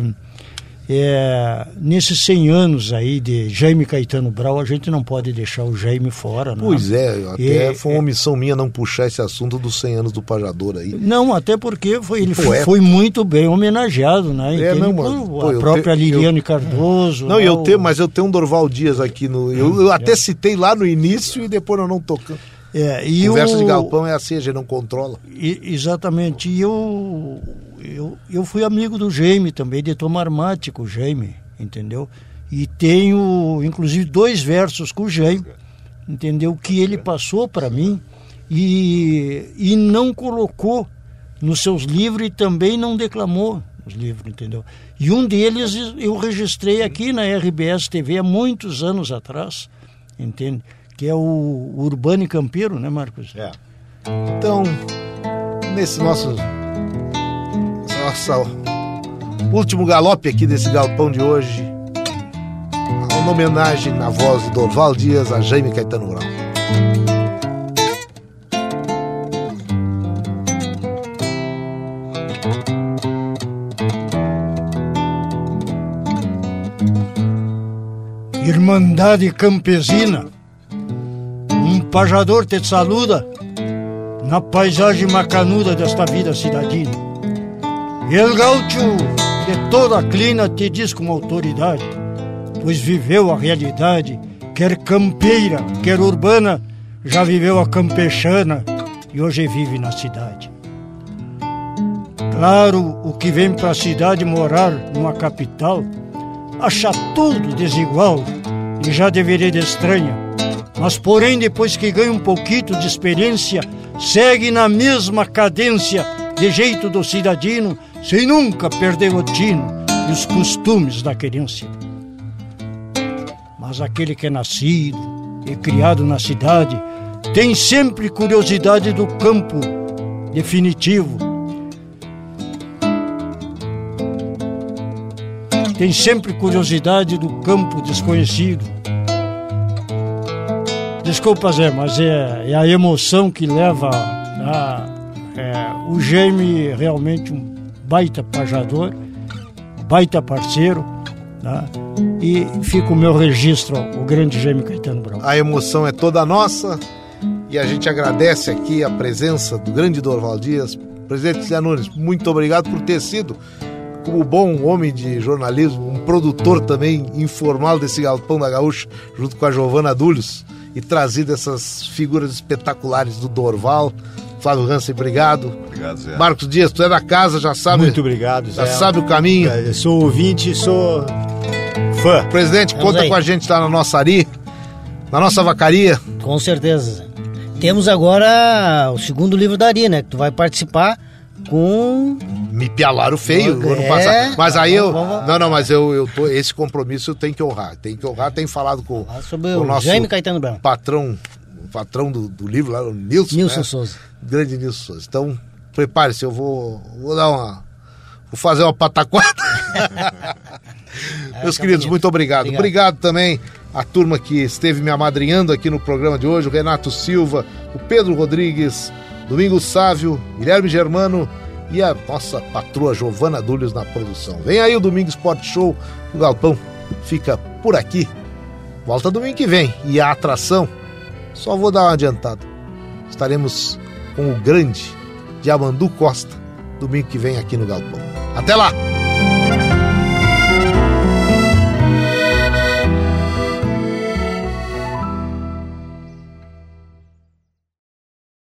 é, nesses cem anos aí de Jaime Caetano Brau, a gente não pode deixar o Jaime fora, né? Pois é, até e, foi uma omissão minha não puxar esse assunto dos cem anos do Pajador aí. Não, até porque foi, ele foi, foi muito bem homenageado, né? É, não, mano, Pô, a própria te, Liliane eu, Cardoso. Não, eu tenho, mas eu tenho um Dorval Dias aqui no. Eu, eu até citei lá no início e depois eu não tocando. É, e Conversa o... de galpão é assim, a gente não controla. E, exatamente. E eu, eu, eu fui amigo do Jaime também, de tomar mate com o Jaime, entendeu? E tenho, inclusive, dois versos com o Jaime, entendeu? Que ele passou para mim e, e não colocou nos seus livros e também não declamou nos livros, entendeu? E um deles eu registrei aqui na R B S T V há muitos anos atrás, entende? Que é o Urbano e Campeiro, né, Marcos? É. Então, nesse nosso, nosso último galope aqui desse galpão de hoje, uma homenagem na voz do Dorval Dias a Jaime Caetano Brau. Irmandade campesina, um pajador te saluda na paisagem macanuda desta vida cidadina. E el gaúcho de toda a clina te diz com autoridade, pois viveu a realidade, quer campeira, quer urbana, já viveu a campechana e hoje vive na cidade. Claro, o que vem pra cidade morar numa capital, acha tudo desigual e já deveria de estranha. Mas porém, depois que ganha um pouquinho de experiência, segue na mesma cadência, de jeito do cidadino, sem nunca perder o tino e os costumes da querência. Mas aquele que é nascido e criado na cidade, tem sempre curiosidade do campo definitivo. Tem sempre curiosidade do campo desconhecido. Desculpa, Zé, mas é, é a emoção que leva a, é, o Jaime, realmente um baita pajador, baita parceiro, tá? E fica o meu registro, ó, o grande Jaime Caetano Brau. A emoção é toda nossa E a gente agradece aqui a presença do grande Dorval Dias. Presidente Zé Nunes, muito obrigado por ter sido, como bom homem de jornalismo, um produtor também informal desse Galpão da Gaúcha, junto com a Giovana Dúlios, e trazido essas figuras espetaculares do Dorval. Flávio Hansen, obrigado. Obrigado, Zé. Marcos Dias, tu é da casa, já sabe. Muito obrigado, Zé. Já sabe o caminho. Eu sou ouvinte, sou fã. Presidente, Vamos conta aí. com a gente lá na nossa Ari, na nossa vacaria. Com certeza. Temos agora o segundo livro da Ari, né? Que tu vai participar com... Me pialaram feio É, ano passado. Mas aí eu. vamos, vamos. Não, não, mas eu, eu tô. Esse compromisso eu tenho que honrar. Tenho que honrar, tenho falado com, Falar sobre com o o nosso Jaime Caetano Brown. patrão, o patrão do, do livro lá, o Nilson. Nilson né? Souza. Grande Nilson Souza. Então, prepare-se, eu vou, vou dar uma. Vou fazer uma pataquada. É, Meus tá queridos, bonito. muito obrigado. Obrigado. Obrigado também a turma que esteve me amadrinhando aqui no programa de hoje, o Renato Silva, o Pedro Rodrigues, Domingos Sávio, Guilherme Germano e a nossa patroa Giovana Dúlios na produção. Vem aí o Domingo Sport Show, o Galpão fica por aqui. Volta domingo que vem. E a atração, só vou dar uma adiantada. Estaremos com o grande Diamandu Costa, domingo que vem aqui no Galpão. Até lá!